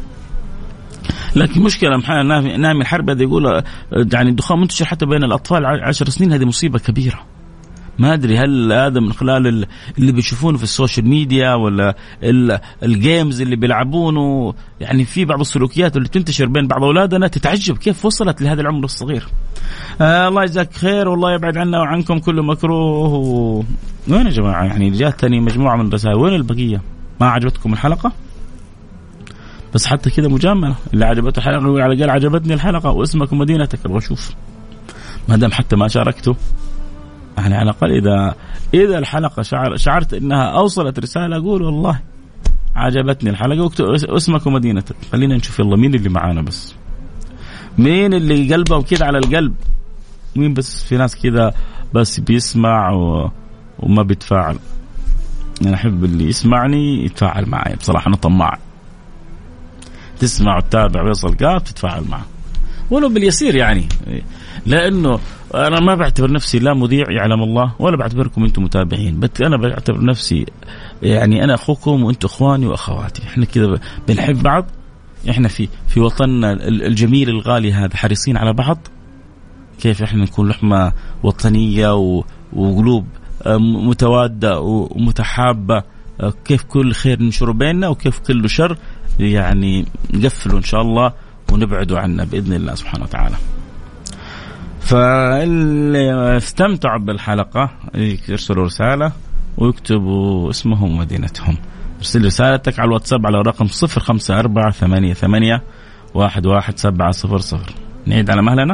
لكن مشكلة نامي الحرب هذا يقول يعني الدخان منتشر حتى بين الأطفال 10 سنين، هذه مصيبة كبيرة. ما أدري هل هذا من خلال اللي بيشوفونه في السوشيال ميديا ولا الجيمز اللي بيلعبونه، يعني في بعض السلوكيات اللي تنتشر بين بعض أولادنا تتعجب كيف وصلت لهذا العمر الصغير. الله يجزاك خير والله يبعد عنا وعنكم كل مكروه. وين يا جماعة؟ يعني جاتني مجموعة من الرسائل، وين البقية؟ ما عجبتكم الحلقة؟ بس حتى كذا مجاملة، اللي عجبته الحلقة يقول على الأقل عجبتني الحلقة واسمك ومدينتك، أبغى أشوف. ما دام حتى ما شاركته يعني على الأقل إذا الحلقة شعرت إنها أوصلت رسالة أقول والله عجبتني الحلقة واكتب اسمك ومدينتك. خلينا نشوف يلا مين اللي معانا، بس مين اللي قلبه كده على القلب، مين بس في ناس كده بس بيسمع وما بيتفاعل. أنا أحب اللي يسمعني يتفاعل معي بصراحة، أنا طماع. تسمع وتتابع ويصل قاف تتفاعل معه ولو باليسير يعني، لأنه أنا ما بعتبر نفسي لا مذيع يعلم الله ولا بعتبركم أنتم متابعين، بس أنا بعتبر نفسي يعني أنا أخوكم وأنتم أخواني وأخواتي. إحنا كذا بنحب بعض، إحنا في وطننا الجميل الغالي هذا حريصين على بعض. كيف إحنا نكون لحمة وطنية وقلوب متوادة ومتحابة، كيف كل خير ننشره بيننا وكيف كل شر يعني نقفله إن شاء الله ونبعده عنا بإذن الله سبحانه وتعالى. فاللي استمتعوا بالحلقة يرسلوا رسالة ويكتبوا اسمهم ومدينتهم. ارسل رسالتك على الواتساب على رقم 0548811700. نعيد على مهلنا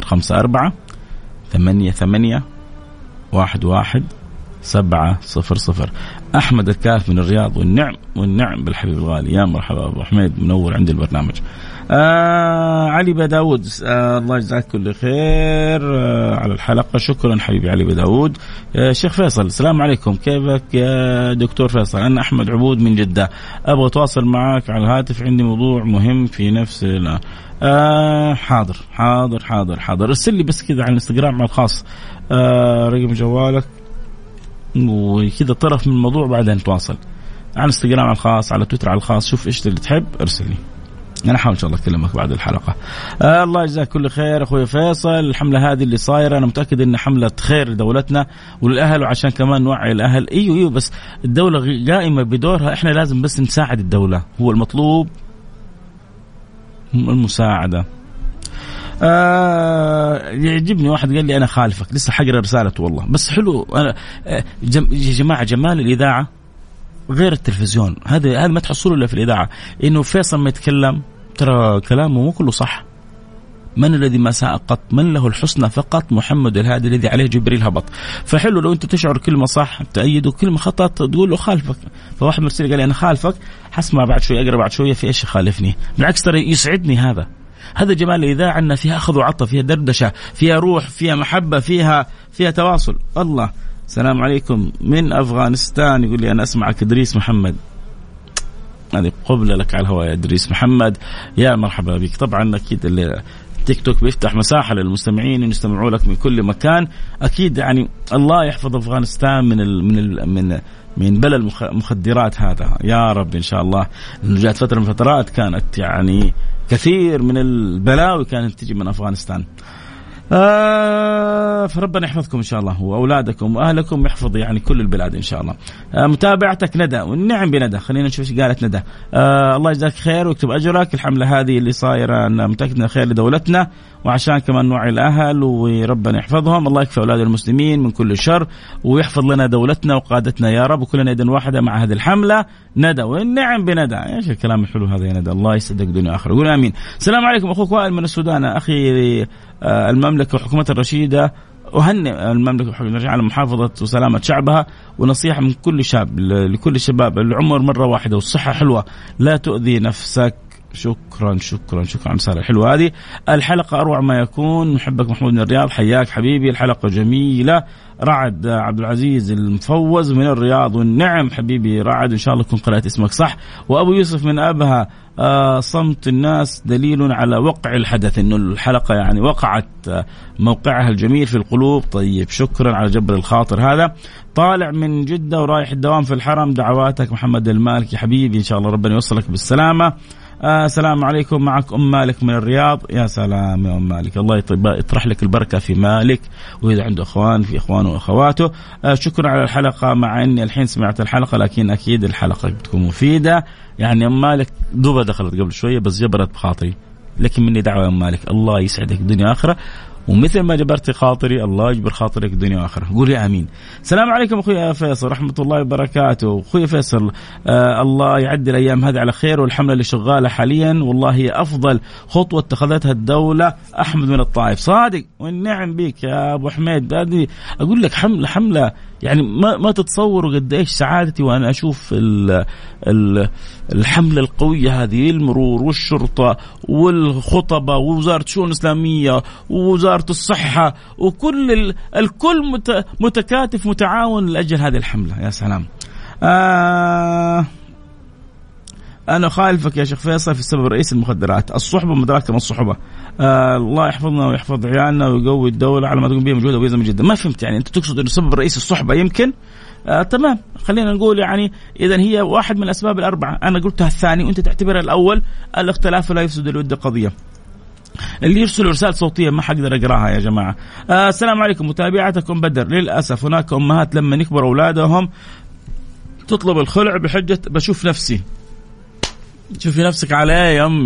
0548811700. أحمد الكاف من الرياض، والنعم بالحبيب الغالي. يا مرحبا أبو حميد، منور عندي البرنامج. علي بداود، الله يجزاك كل خير على الحلقة. شكرا حبيبي علي بداود. شيخ فيصل، السلام عليكم، كيفك يا دكتور فيصل؟ أنا أحمد عبود من جدة، أبغى أتواصل معك على الهاتف، عندي موضوع مهم في نفس حاضر حاضر حاضر حاضر. ارسل لي بس كذا على الانستغرام مع الخاص رقم جوالك وكذا طرف من الموضوع، بعدين نتواصل على الانستغرام على الخاص، على تويتر على الخاص. شوف ايش اللي تحب ارسلني، أنا حاول إن شاء الله أكلمك بعد الحلقة. الله يجزاك كل خير أخوي فيصل. الحملة هذه اللي صايرة أنا متأكد إن حملة خير لدولتنا وللأهل، وعشان كمان نوعي الأهل. أيوه بس الدولة قائمة بدورها، إحنا لازم بس نساعد الدولة، هو المطلوب المساعدة. يعجبني واحد قال لي أنا خالفك، لسه حقرأ رسالته والله، بس حلو. أنا يا جماعة جمال الإذاعة غير التلفزيون، هذا ما تحصله إلا في الإذاعة. إنه فيصل ما يتكلم ترى كلامه مو كله صح. من الذي ما ساء قط، من له الحسنى فقط، محمد الهادي الذي عليه جبريل هبط. فحلو لو أنت تشعر كلمة صح تأيد وكلمة خطأ تقول له خالفك. فواحد مرسل قال لي أنا خالفك، حسمع بعد شوي، أقرأ بعد شوية في إيش يخالفني. بالعكس ترى يسعدني هذا جمال الإذاعة، أن فيها أخذ وعطى، فيها دردشة، فيها روح، فيها محبة، فيها تواصل. الله. السلام عليكم من أفغانستان، يقول لي أنا أسمعك إدريس محمد. هذه قبلة لك على الهواء يا إدريس محمد، يا مرحبا بك. طبعا أكيد التيك توك بيفتح مساحة للمستمعين أن يستمعوا لك من كل مكان. أكيد يعني الله يحفظ أفغانستان من بلا المخدرات هذا يا رب إن شاء الله. لأنه جاءت فترة من فترات كانت يعني كثير من البلاوي كانت تجي من أفغانستان. فربنا يحفظكم إن شاء الله، وأولادكم وأهلكم، يحفظ يعني كل البلاد إن شاء الله. متابعتك ندى، والنعم بندى. خلينا نشوف ايش قالت ندى. الله يجزاك خير ويكتب أجرك. الحملة هذه اللي صايرة أنا متأكد إنها خير لدولتنا، وعشان كمان نوعي الأهل وربنا يحفظهم. الله يكفي أولاد المسلمين من كل شر، ويحفظ لنا دولتنا وقادتنا يا رب، وكلنا يد واحدة مع هذه الحملة. ندى، والنعم بندى. ايش الكلام الحلو هذا يا ندى، الله يسعدك دنيا آخرة. قول آمين. السلام عليكم، أخوك وائل من السودان. أخي المملكة وحكومتها الرشيدة، أهنئ المملكة وحكومتها الرشيدة على محافظة وسلامة شعبها، ونصيحة من كل شاب لكل الشباب، العمر مرة واحدة والصحة حلوة، لا تؤذي نفسك. شكرا شكرا شكرا على الرسالة الحلوة هذه. الحلقة أروع ما يكون. محبك محمود من الرياض، حياك حبيبي، الحلقة جميلة. رعد عبد العزيز المفوز من الرياض، والنعم حبيبي رعد، إن شاء الله كنت قرأت اسمك صح. وأبو يوسف من أبها، صمت الناس دليل على وقع الحدث، إنه الحلقة يعني وقعت موقعها الجميل في القلوب. طيب شكرا على جبر الخاطر هذا. طالع من جدة ورايح الدوام في الحرم، دعواتك محمد المالكي حبيبي، إن شاء الله ربنا يوصلك بالسلامة. السلام عليكم، معك أم مالك من الرياض. يا سلام يا أم مالك، الله يطرح لك البركة في مالك، وإذا عنده أخوان في إخوانه وأخواته. شكرا على الحلقة، مع أني الحين سمعت الحلقة لكن أكيد الحلقة بتكون مفيدة. يعني أم مالك دوبها دخلت قبل شوية بس جبرت بخاطري، لكن مني دعوة يا أم مالك، الله يسعدك دنيا آخرة، ومثل ما جبرت خاطري الله يجبر خاطرك دنيا وآخرة. قولي آمين. السلام عليكم أخوي فيصل، رحمة الله وبركاته. أخوي فيصل، الله يعدي الأيام هذه على خير، والحملة اللي شغالة حاليا والله هي أفضل خطوة اتخذتها الدولة. أحمد من الطائف. صادق، والنعم بك يا أبو حميد. هذه أقول لك حملة يعني ما تتصوروا قد إيش سعادتي وأنا أشوف الحملة القوية هذه، المرور والشرطة والخطبة ووزارة الشؤون الإسلامية ووزارة الصحة، وكل الكل متكاتف متعاون لأجل هذه الحملة. يا سلام. أنا خالفك يا شيخ فيصل في السبب الرئيسي المخدرات. الصحبة مدراك ما الصحبة. الله يحفظنا ويحفظ عيالنا ويقوي الدولة على ما تقوم بها موجودة ويزم جدا. ما فهمت يعني أنت تقصد إنه السبب الرئيسي الصحبة؟ يمكن تمام، خلينا نقول يعني إذا هي واحد من الأسباب الأربعة، أنا قلتها الثاني وأنت تعتبرها الأول. الاختلاف لا يفسد الود قضية. اللي يرسل رسالة صوتية ما حقدر أقراها يا جماعة. السلام عليكم، متابعتكم بدر. للأسف هناك أمهات لما يكبر أولادهم تطلب الخلع بحجة بشوف نفسي. شوفي نفسك على إيه يا أمي؟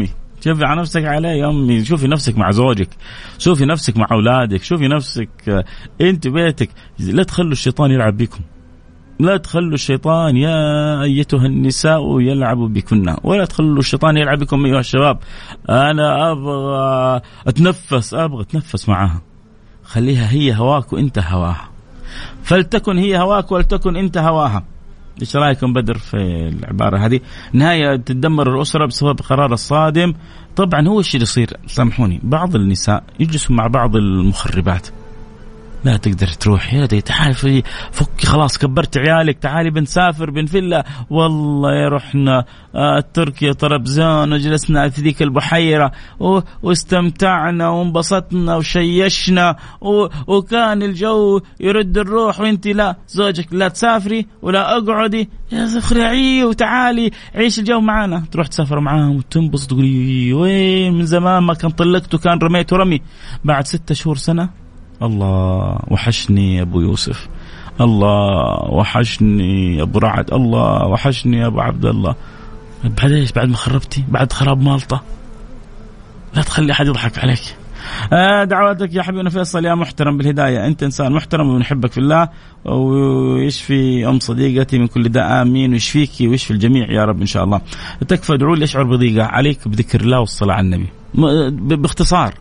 شوفي على نفسك عليه يا أمي. شوفي نفسك مع زوجك، شوفي نفسك مع أولادك، شوفي نفسك أنت بيتك. لا تخلوا الشيطان يلعب بكم، لا تخلوا الشيطان يا أيتها النساء يلعب بكنا، ولا تخلوا الشيطان يلعب بكم أيها الشباب. أنا أبغى أتنفس معها. خليها هي هواك وإنت هواها، فلتكن هي هواك ولتكن أنت هواها. إيش رأيكم بدر في العبارة هذه؟ نهاية تدمر الأسرة بسبب قرار الصادم. طبعا هو الشيء اللي يصير، سامحوني، بعض النساء يجلسوا مع بعض المخربات، لا تقدر تروح يا دي تعالي فكي خلاص كبرت عيالك، تعالي بنسافر بنفلا، والله يا رحنا تركيا طرابزون وجلسنا في ذيك البحيرة واستمتعنا وانبسطنا وشيشنا وكان الجو يرد الروح، وانت لا، زوجك لا تسافري ولا اقعدي يا زخرعي وتعالي عيش الجو معانا. تروح تسافر معاهم وتنبسط، تقولي وين من زمان ما كان طلقت وكان رميت ورمي. بعد 6 شهور سنة، الله وحشني يا أبو يوسف، الله وحشني يا أبو رعد، الله وحشني يا أبو عبد الله. بعد إيش؟ بعد ما خربتي، بعد خراب مالطة. لا تخلي أحد يضحك عليك. دعواتك يا حبيبنا فيصل يا محترم بالهداية، أنت إنسان محترم ونحبك في الله، ويشفي أم صديقتي من كل داء، آمين، ويشفيك ويشفي الجميع يا رب إن شاء الله. تكفى ادعوا لي أشعر بضيقة، عليك بذكر الله والصلاة على النبي. باختصار،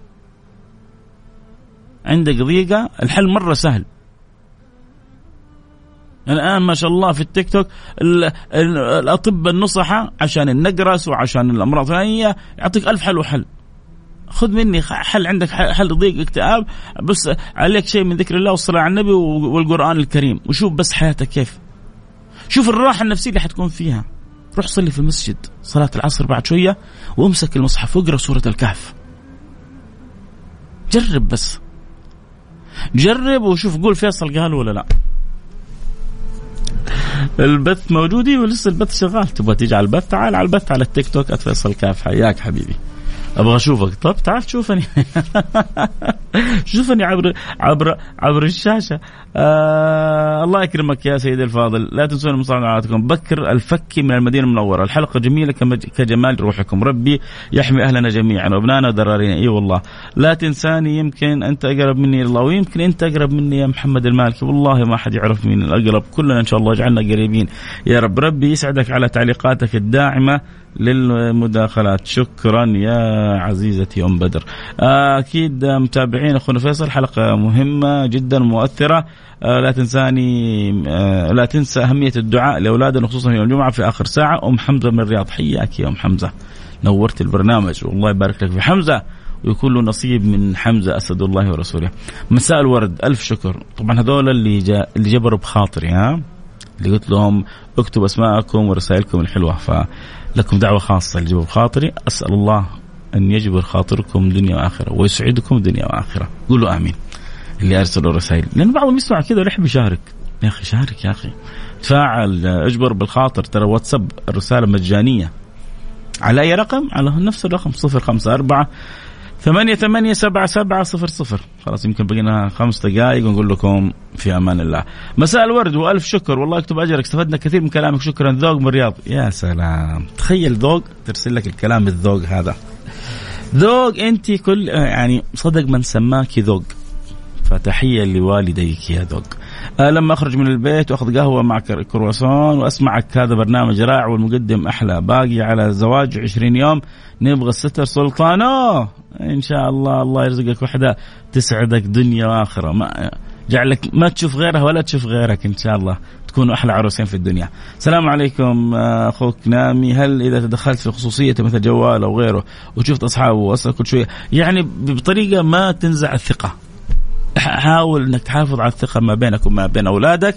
عندك ضيقة، الحل مرة سهل. الآن ما شاء الله في التيك توك الأطباء النصحة عشان النقرس وعشان الأمراض الثانية يعطيك 1000 حل وحل. خذ مني حل، عندك حل ضيق اكتئاب، بس عليك شيء من ذكر الله والصلاة على النبي والقرآن الكريم، وشوف بس حياتك كيف، شوف الراحة النفسية اللي حتكون فيها. روح صلي في المسجد صلاة العصر بعد شوية، وامسك المصحف واقرأ سورة الكهف. جرب بس، جرب وشوف، قول فيصل قال ولا لا. البث موجودي ولسه البث شغال، تبغى تيجي على البث تعال على البث على التيك توك @فيصل كاف. حياك حبيبي، ابغى اشوفك. طب تعال شوفني شوفني عبر الشاشه. الله يكرمك يا سيدي الفاضل. لا تنسون مصارعاتكم. بكر الفكي من المدينه المنوره، الحلقه جميله كجمال روحكم، ربي يحمي اهلنا جميعا وابنائنا ودرارينا. اي والله لا تنساني، يمكن انت اقرب مني الى الله، ويمكن انت اقرب مني يا محمد المالكي. والله ما حد يعرف مين الاقرب، كلنا ان شاء الله يجعلنا قريبين يا رب. ربي يسعدك على تعليقاتك الداعمه للمداخلات. شكرا يا عزيزتي أم بدر. أكيد متابعين أخونا فيصل، حلقة مهمة جدا مؤثرة. لا تنسى أهمية الدعاء لأولادنا خصوصا يوم الجمعة في آخر ساعة. أم حمزة من الرياض، حياك يا أم حمزة، نورت البرنامج والله يبارك لك في حمزة، ويكون له نصيب من حمزة أسد الله ورسوله. مساء الورد، ألف شكر. طبعا هذول اللي جبروا بخاطري، اللي قلت لهم اكتب أسماءكم ورسائلكم الحلوة، فلكم دعوة خاصة اللي جبروا بخاطري. أسأل الله أن يجبر خاطركم دنيا وآخرة ويسعدكم دنيا وآخرة. قولوا آمين اللي أرسلوا الرسائل، لأن بعضهم يسمع كذا ويحب يشارك. يا أخي شارك، يا أخي تفاعل، اجبر بالخاطر. ترى واتساب الرسالة مجانية على أي رقم، على نفس الرقم 054-887700. خلاص يمكن بقينا 5 دقائق ونقول لكم في أمان الله. مساء الورد وألف شكر، والله يكتب أجرك، استفدنا كثير من كلامك. شكرا. ذوق من الرياض، يا سلام، تخيل ذوق ترسل لك الكلام الذوق هذا. ذوق أنت كل يعني صدق من سماك ذوق، فتحية لوالديك يا ذوق. لما أخرج من البيت وأخذ قهوة مع كرواسون وأسمعك، هذا برنامج رائع والمقدم أحلى. باقي على زواج 20 يوم، نبغى الستر سلطانو إن شاء الله. الله يرزقك وحدة تسعدك دنيا وآخرة، ما جعلك ما تشوف غيرها ولا تشوف غيرك، إن شاء الله تكونوا أحلى عروسين في الدنيا. السلام عليكم أخوك نامي. هل إذا تدخلت في خصوصية مثل جوال أو غيره وشفت أصحابه وأسأل كل شوية، يعني بطريقة ما تنزع الثقة، حاول أنك تحافظ على الثقة ما بينك وما بين أولادك،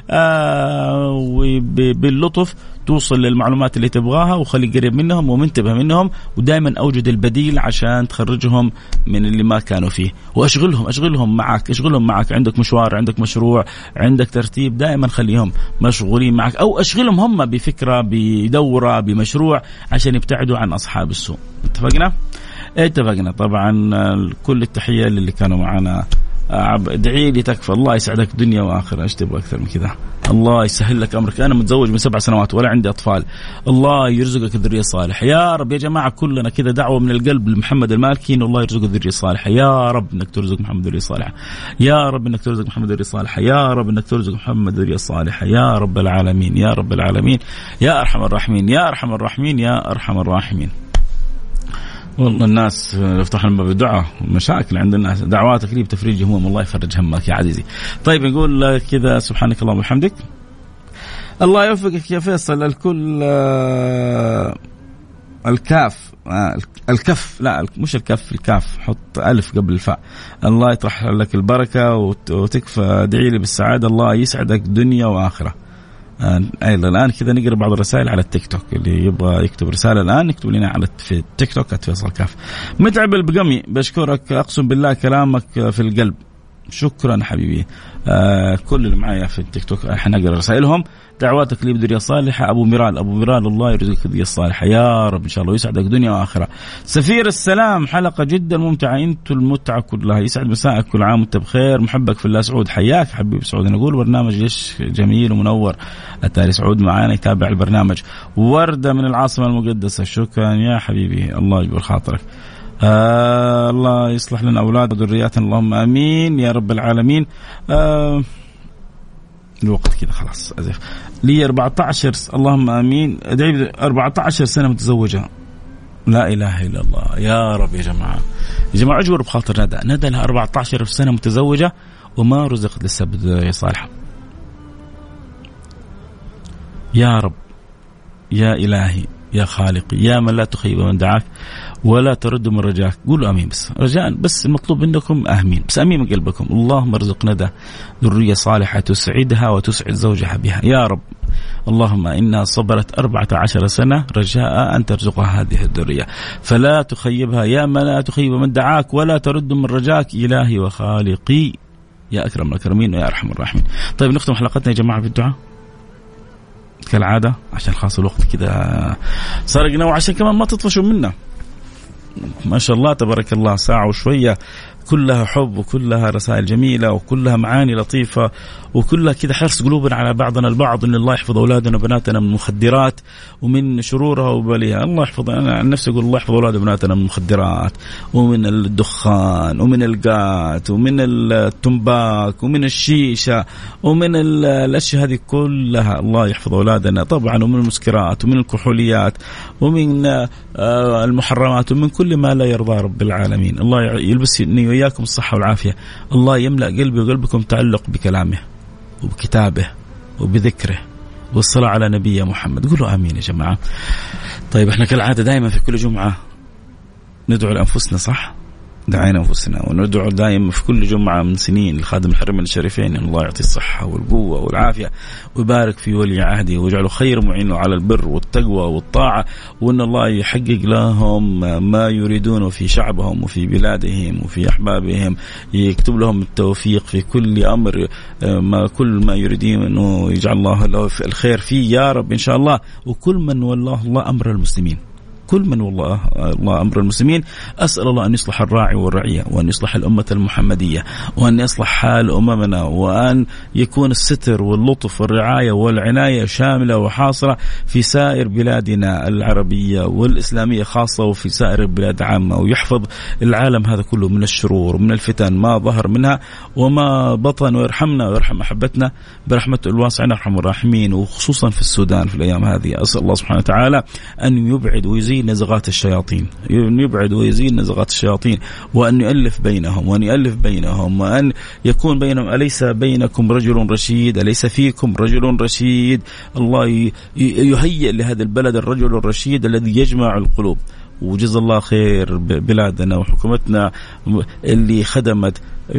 وباللطف توصل للمعلومات اللي تبغاها، وخلي قريب منهم ومنتبه منهم، ودائما أوجد البديل عشان تخرجهم من اللي ما كانوا فيه. وأشغلهم معك، عندك مشوار، عندك مشروع، عندك ترتيب، دائما خليهم مشغولين معك، أو أشغلهم هم بفكرة، بدورة، بمشروع، عشان يبتعدوا عن أصحاب السوء. اتفقنا؟ طبعا كل التحية للي كانوا معنا ادعي لي تكفى. الله يسعدك دنيا وآخرة، ايش تبغى أكثر من كذا؟ الله يسهل لك أمرك. أنا متزوج من 7 سنوات ولا عندي أطفال، الله يرزقك الذرية الصالحة يا رب. يا جماعة كلنا كذا دعوة من القلب لمحمد المالكي إن الله يرزقه الذرية الصالحة. يا رب إنك ترزق محمد الذرية الصالحة، يا رب إنك ترزق محمد الذرية الصالحة، يا رب إنك ترزق محمد الذرية الصالحة، يا رب العالمين، يا رب العالمين، يا أرحم الراحمين، يا أرحم الراحمين، يا أرحم الراحمين. والله الناس يفتح لنا بالدعاء، مشاكل عند الناس، دعواتك لي بتفريج هموم، الله يفرج همك يا عزيزي. طيب نقول كذا سبحانك اللهم وبحمدك. الله يوفقك يا فيصل. الكل الكاف الكف، لا مش الكف، الكاف حط ألف قبل الفاء. الله يطرح لك البركة وتكفى. ادعي لي بالسعادة، الله يسعدك دنيا وآخرة. أيضا الآن كذا نقرأ بعض الرسائل على التيك توك، اللي يبغى يكتب رسالة الآن يكتب لنا على في التيك توك @فيصل كاف. متعب البقمي بشكرك، أقسم بالله كلامك في القلب. شكرا حبيبي. كل اللي معايا في التيك توك حنقرأ رسائلهم. دعواتك لي بدرية صالحة. أبو ميرال الله يرزقك الدنيا الصالحة يا رب إن شاء الله، يسعدك دنيا وآخرة. سفير السلام، حلقة جدا ممتعة، انتوا المتعة كلها، يسعد مساءك، كل عام وانت بخير. محبك في الله سعود. حياك حبيبي سعود. نقول برنامج ليش جميل ومنور. التالي سعود معانا يتابع البرنامج. وردة من العاصمة المقدسة، شكرا يا حبيبي، الله يجبر خاطرك. الله يصلح لنا أولاد وذرياتنا اللهم آمين يا رب العالمين. الوقت كذا خلاص أزف لي 14 اللهم آمين. أدعي 14 سنة متزوجة، لا إله إلا الله يا رب. يا جماعة أجور بخاطر ندى لها 14 سنة متزوجة وما رزقت لسه بذرية صالحة. يا رب يا إلهي يا خالقي يا من لا تخيب من دعاك ولا ترد من رجاك. قولوا آمين بس رجاء، بس المطلوب منكم آمين، بس آمين من قلبكم. اللهم ارزق ندى ذرية صالحة تسعدها وتسعد زوجها بها يا رب. اللهم إنها صبرت 14 سنة رجاء أن ترزقها هذه الذرية، فلا تخيبها يا من لا تخيب من دعاك ولا ترد من رجاك إلهي وخالقي يا أكرم الأكرمين ويا أرحم الراحمين. طيب نختم حلقتنا يا جماعة بالدعاء كالعادة عشان خاص الوقت كده سرقنا، وعشان كمان ما تطفشوا منا. ما شاء الله تبارك الله ساعة وشوية كلها حب وكلها رسائل جميلة وكلها معاني لطيفة وكلها كده حرص قلوبنا على بعضنا البعض إن الله يحفظ أولادنا وبناتنا من المخدرات ومن شرورها وبليها. الله يحفظ، أنا عن نفسي أقول الله يحفظ أولادنا وبناتنا من المخدرات ومن الدخان ومن القات ومن التنباك ومن الشيشة ومن الأشياء هذه كلها. الله يحفظ أولادنا طبعا، ومن المسكرات ومن الكحوليات ومن المحرمات ومن كل ما لا يرضى رب العالمين. الله يلبسني وإياكم الصحة والعافية. الله يملأ قلبي وقلبكم تعلق بكلامه وبكتابه وبذكره والصلاة على نبي محمد. قولوا آمين يا جماعة. طيب احنا كالعادة دائما في كل جمعة ندعو لأنفسنا، صح؟ دعينا أنفسنا وندعو دائما في كل جمعة من سنين لخادم الحرمين الشريفين إن الله يعطي الصحة والقوة والعافية ويبارك في ولي عهده ويجعله خير معينه على البر والتقوى والطاعة، وإن الله يحقق لهم ما يريدون في شعبهم وفي بلادهم وفي أحبابهم، يكتب لهم التوفيق في كل أمر، كل ما يريدون إنه يجعل الله له الخير فيه يا رب إن شاء الله. وكل من والله الله أمر المسلمين، كل من والله الله أمر المسلمين، أسأل الله أن يصلح الراعي والرعية وأن يصلح الأمة المحمدية وأن يصلح حال أممنا وأن يكون الستر واللطف والرعاية والعناية شاملة وحاصرة في سائر بلادنا العربية والإسلامية خاصة وفي سائر البلاد عامة، ويحفظ العالم هذا كله من الشرور ومن الفتن ما ظهر منها وما بطن، ويرحمنا ويرحم أحبتنا برحمته الواسعة أرحم الراحمين، وخصوصا في السودان في الأيام هذه. أسأل الله سبحانه وتعالى أن يبعد ويزيل نزغات الشياطين، يبعد ويزيل نزغات الشياطين، وأن يؤلف بينهم وأن يكون بينهم. أليس بينكم رجل رشيد؟ أليس فيكم رجل رشيد؟ الله يهيئ لهذا البلد الرجل الرشيد الذي يجمع القلوب. وجزا الله خير بلادنا وحكومتنا اللي خدمت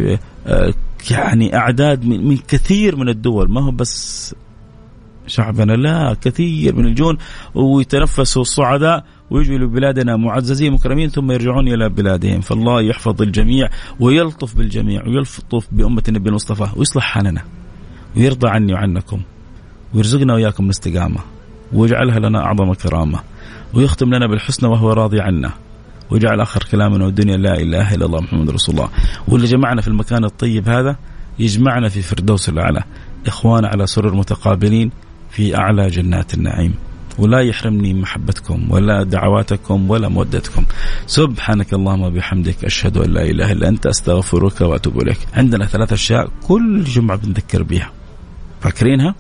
يعني أعداد من كثير من الدول، ما هو بس شعبنا، لا كثير من الجون، ويتنفسوا الصعداء ويجوا لبلادنا معززين مكرمين ثم يرجعون إلى بلادهم. فالله يحفظ الجميع ويلطف بالجميع ويلطف بأمة النبي المصطفى ويصلح حالنا ويرضى عني وعنكم ويرزقنا وإياكم الاستقامة ويجعلها لنا أعظم كرامة ويختم لنا بالحسنى وهو راضي عنا ويجعل آخر كلامنا والدنيا لا إله إلا الله محمد رسول الله. واللي جمعنا في المكان الطيب هذا يجمعنا في فردوس الأعلى، إخوان على سرر متقابلين في أعلى جنات النعيم. ولا يحرمني محبتكم ولا دعواتكم ولا مودتكم. سبحانك اللهم وبحمدك، أشهد أن لا إله إلا أنت، أستغفرك وأتوب إليك. عندنا 3 أشياء كل جمعة بنذكر بها، فاكرينها؟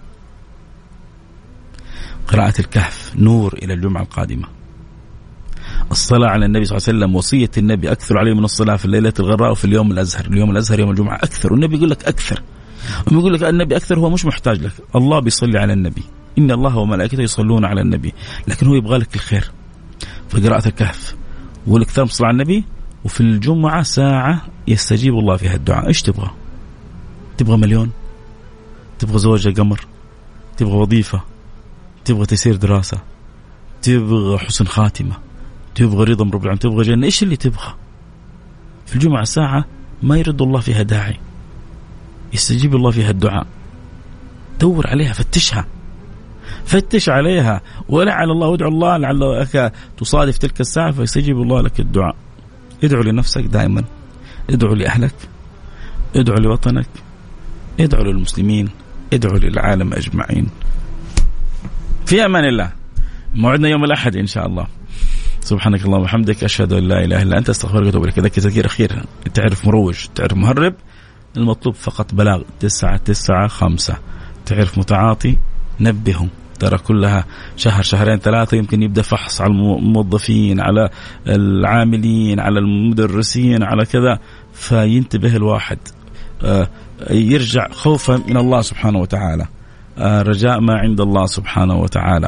قراءة الكهف نور إلى الجمعة القادمة. الصلاة على النبي صلى الله عليه وسلم، وصية النبي أكثر عليه من الصلاة في الليلة الغراء وفي اليوم الأزهر. اليوم الأزهر يوم الجمعة أكثر، والنبي يقول لك أكثر، ويقول لك النبي أكثر، هو مش محتاج لك، الله بيصلي على النبي، إن الله وملائكته يصلون على النبي، لكن هو يبغى لك الخير. في قراءة الكهف والكثير من الصلاة على النبي، وفي الجمعة ساعة يستجيب الله فيها الدعاء. إيش تبغى؟ تبغى مليون؟ تبغى زوجة قمر؟ تبغى وظيفة؟ تبغى تسير دراسة؟ تبغى حسن خاتمة؟ تبغى رضا من رب العالمين؟ تبغى جنة؟ إيش اللي تبغى؟ في الجمعة ساعة ما يرد الله فيها داعي، يستجيب الله فيها الدعاء. دور عليها، فتش عليها، ولعل الله، وادعو الله لعلك تصادف تلك الساعة فيستجيب الله لك الدعاء. ادعو لنفسك دائما، ادعو لأهلك، ادعو لوطنك، ادعو للمسلمين، ادعو للعالم أجمعين. في أمان الله. موعدنا يوم الأحد إن شاء الله. سبحانك اللهم وبحمدك، أشهد أن لا إله إلا أنت، أستغفرك وأتوب إليك. ذكر تذكير أخير، تعرف مروج، تعرف مهرب، المطلوب فقط بلاغ 995. تعرف متعاطي، نبههم، ترى كلها شهر شهرين 3 يمكن يبدأ فحص على الموظفين، على العاملين، على المدرسين، على كذا، فينتبه الواحد، يرجع خوفا من الله سبحانه وتعالى، رجاء ما عند الله سبحانه وتعالى،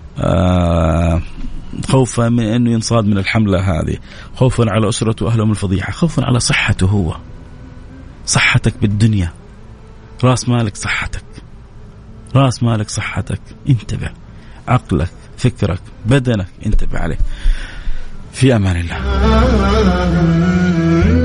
خوفا من أنه ينصاد من الحملة هذه، خوفا على أسرته وأهله من الفضيحة، خوفا على صحته هو، صحتك بالدنيا، رأس مالك صحتك، رأس مالك صحتك، انتبه، عقلك، فكرك، بدنك، انتبه عليه. في أمان الله.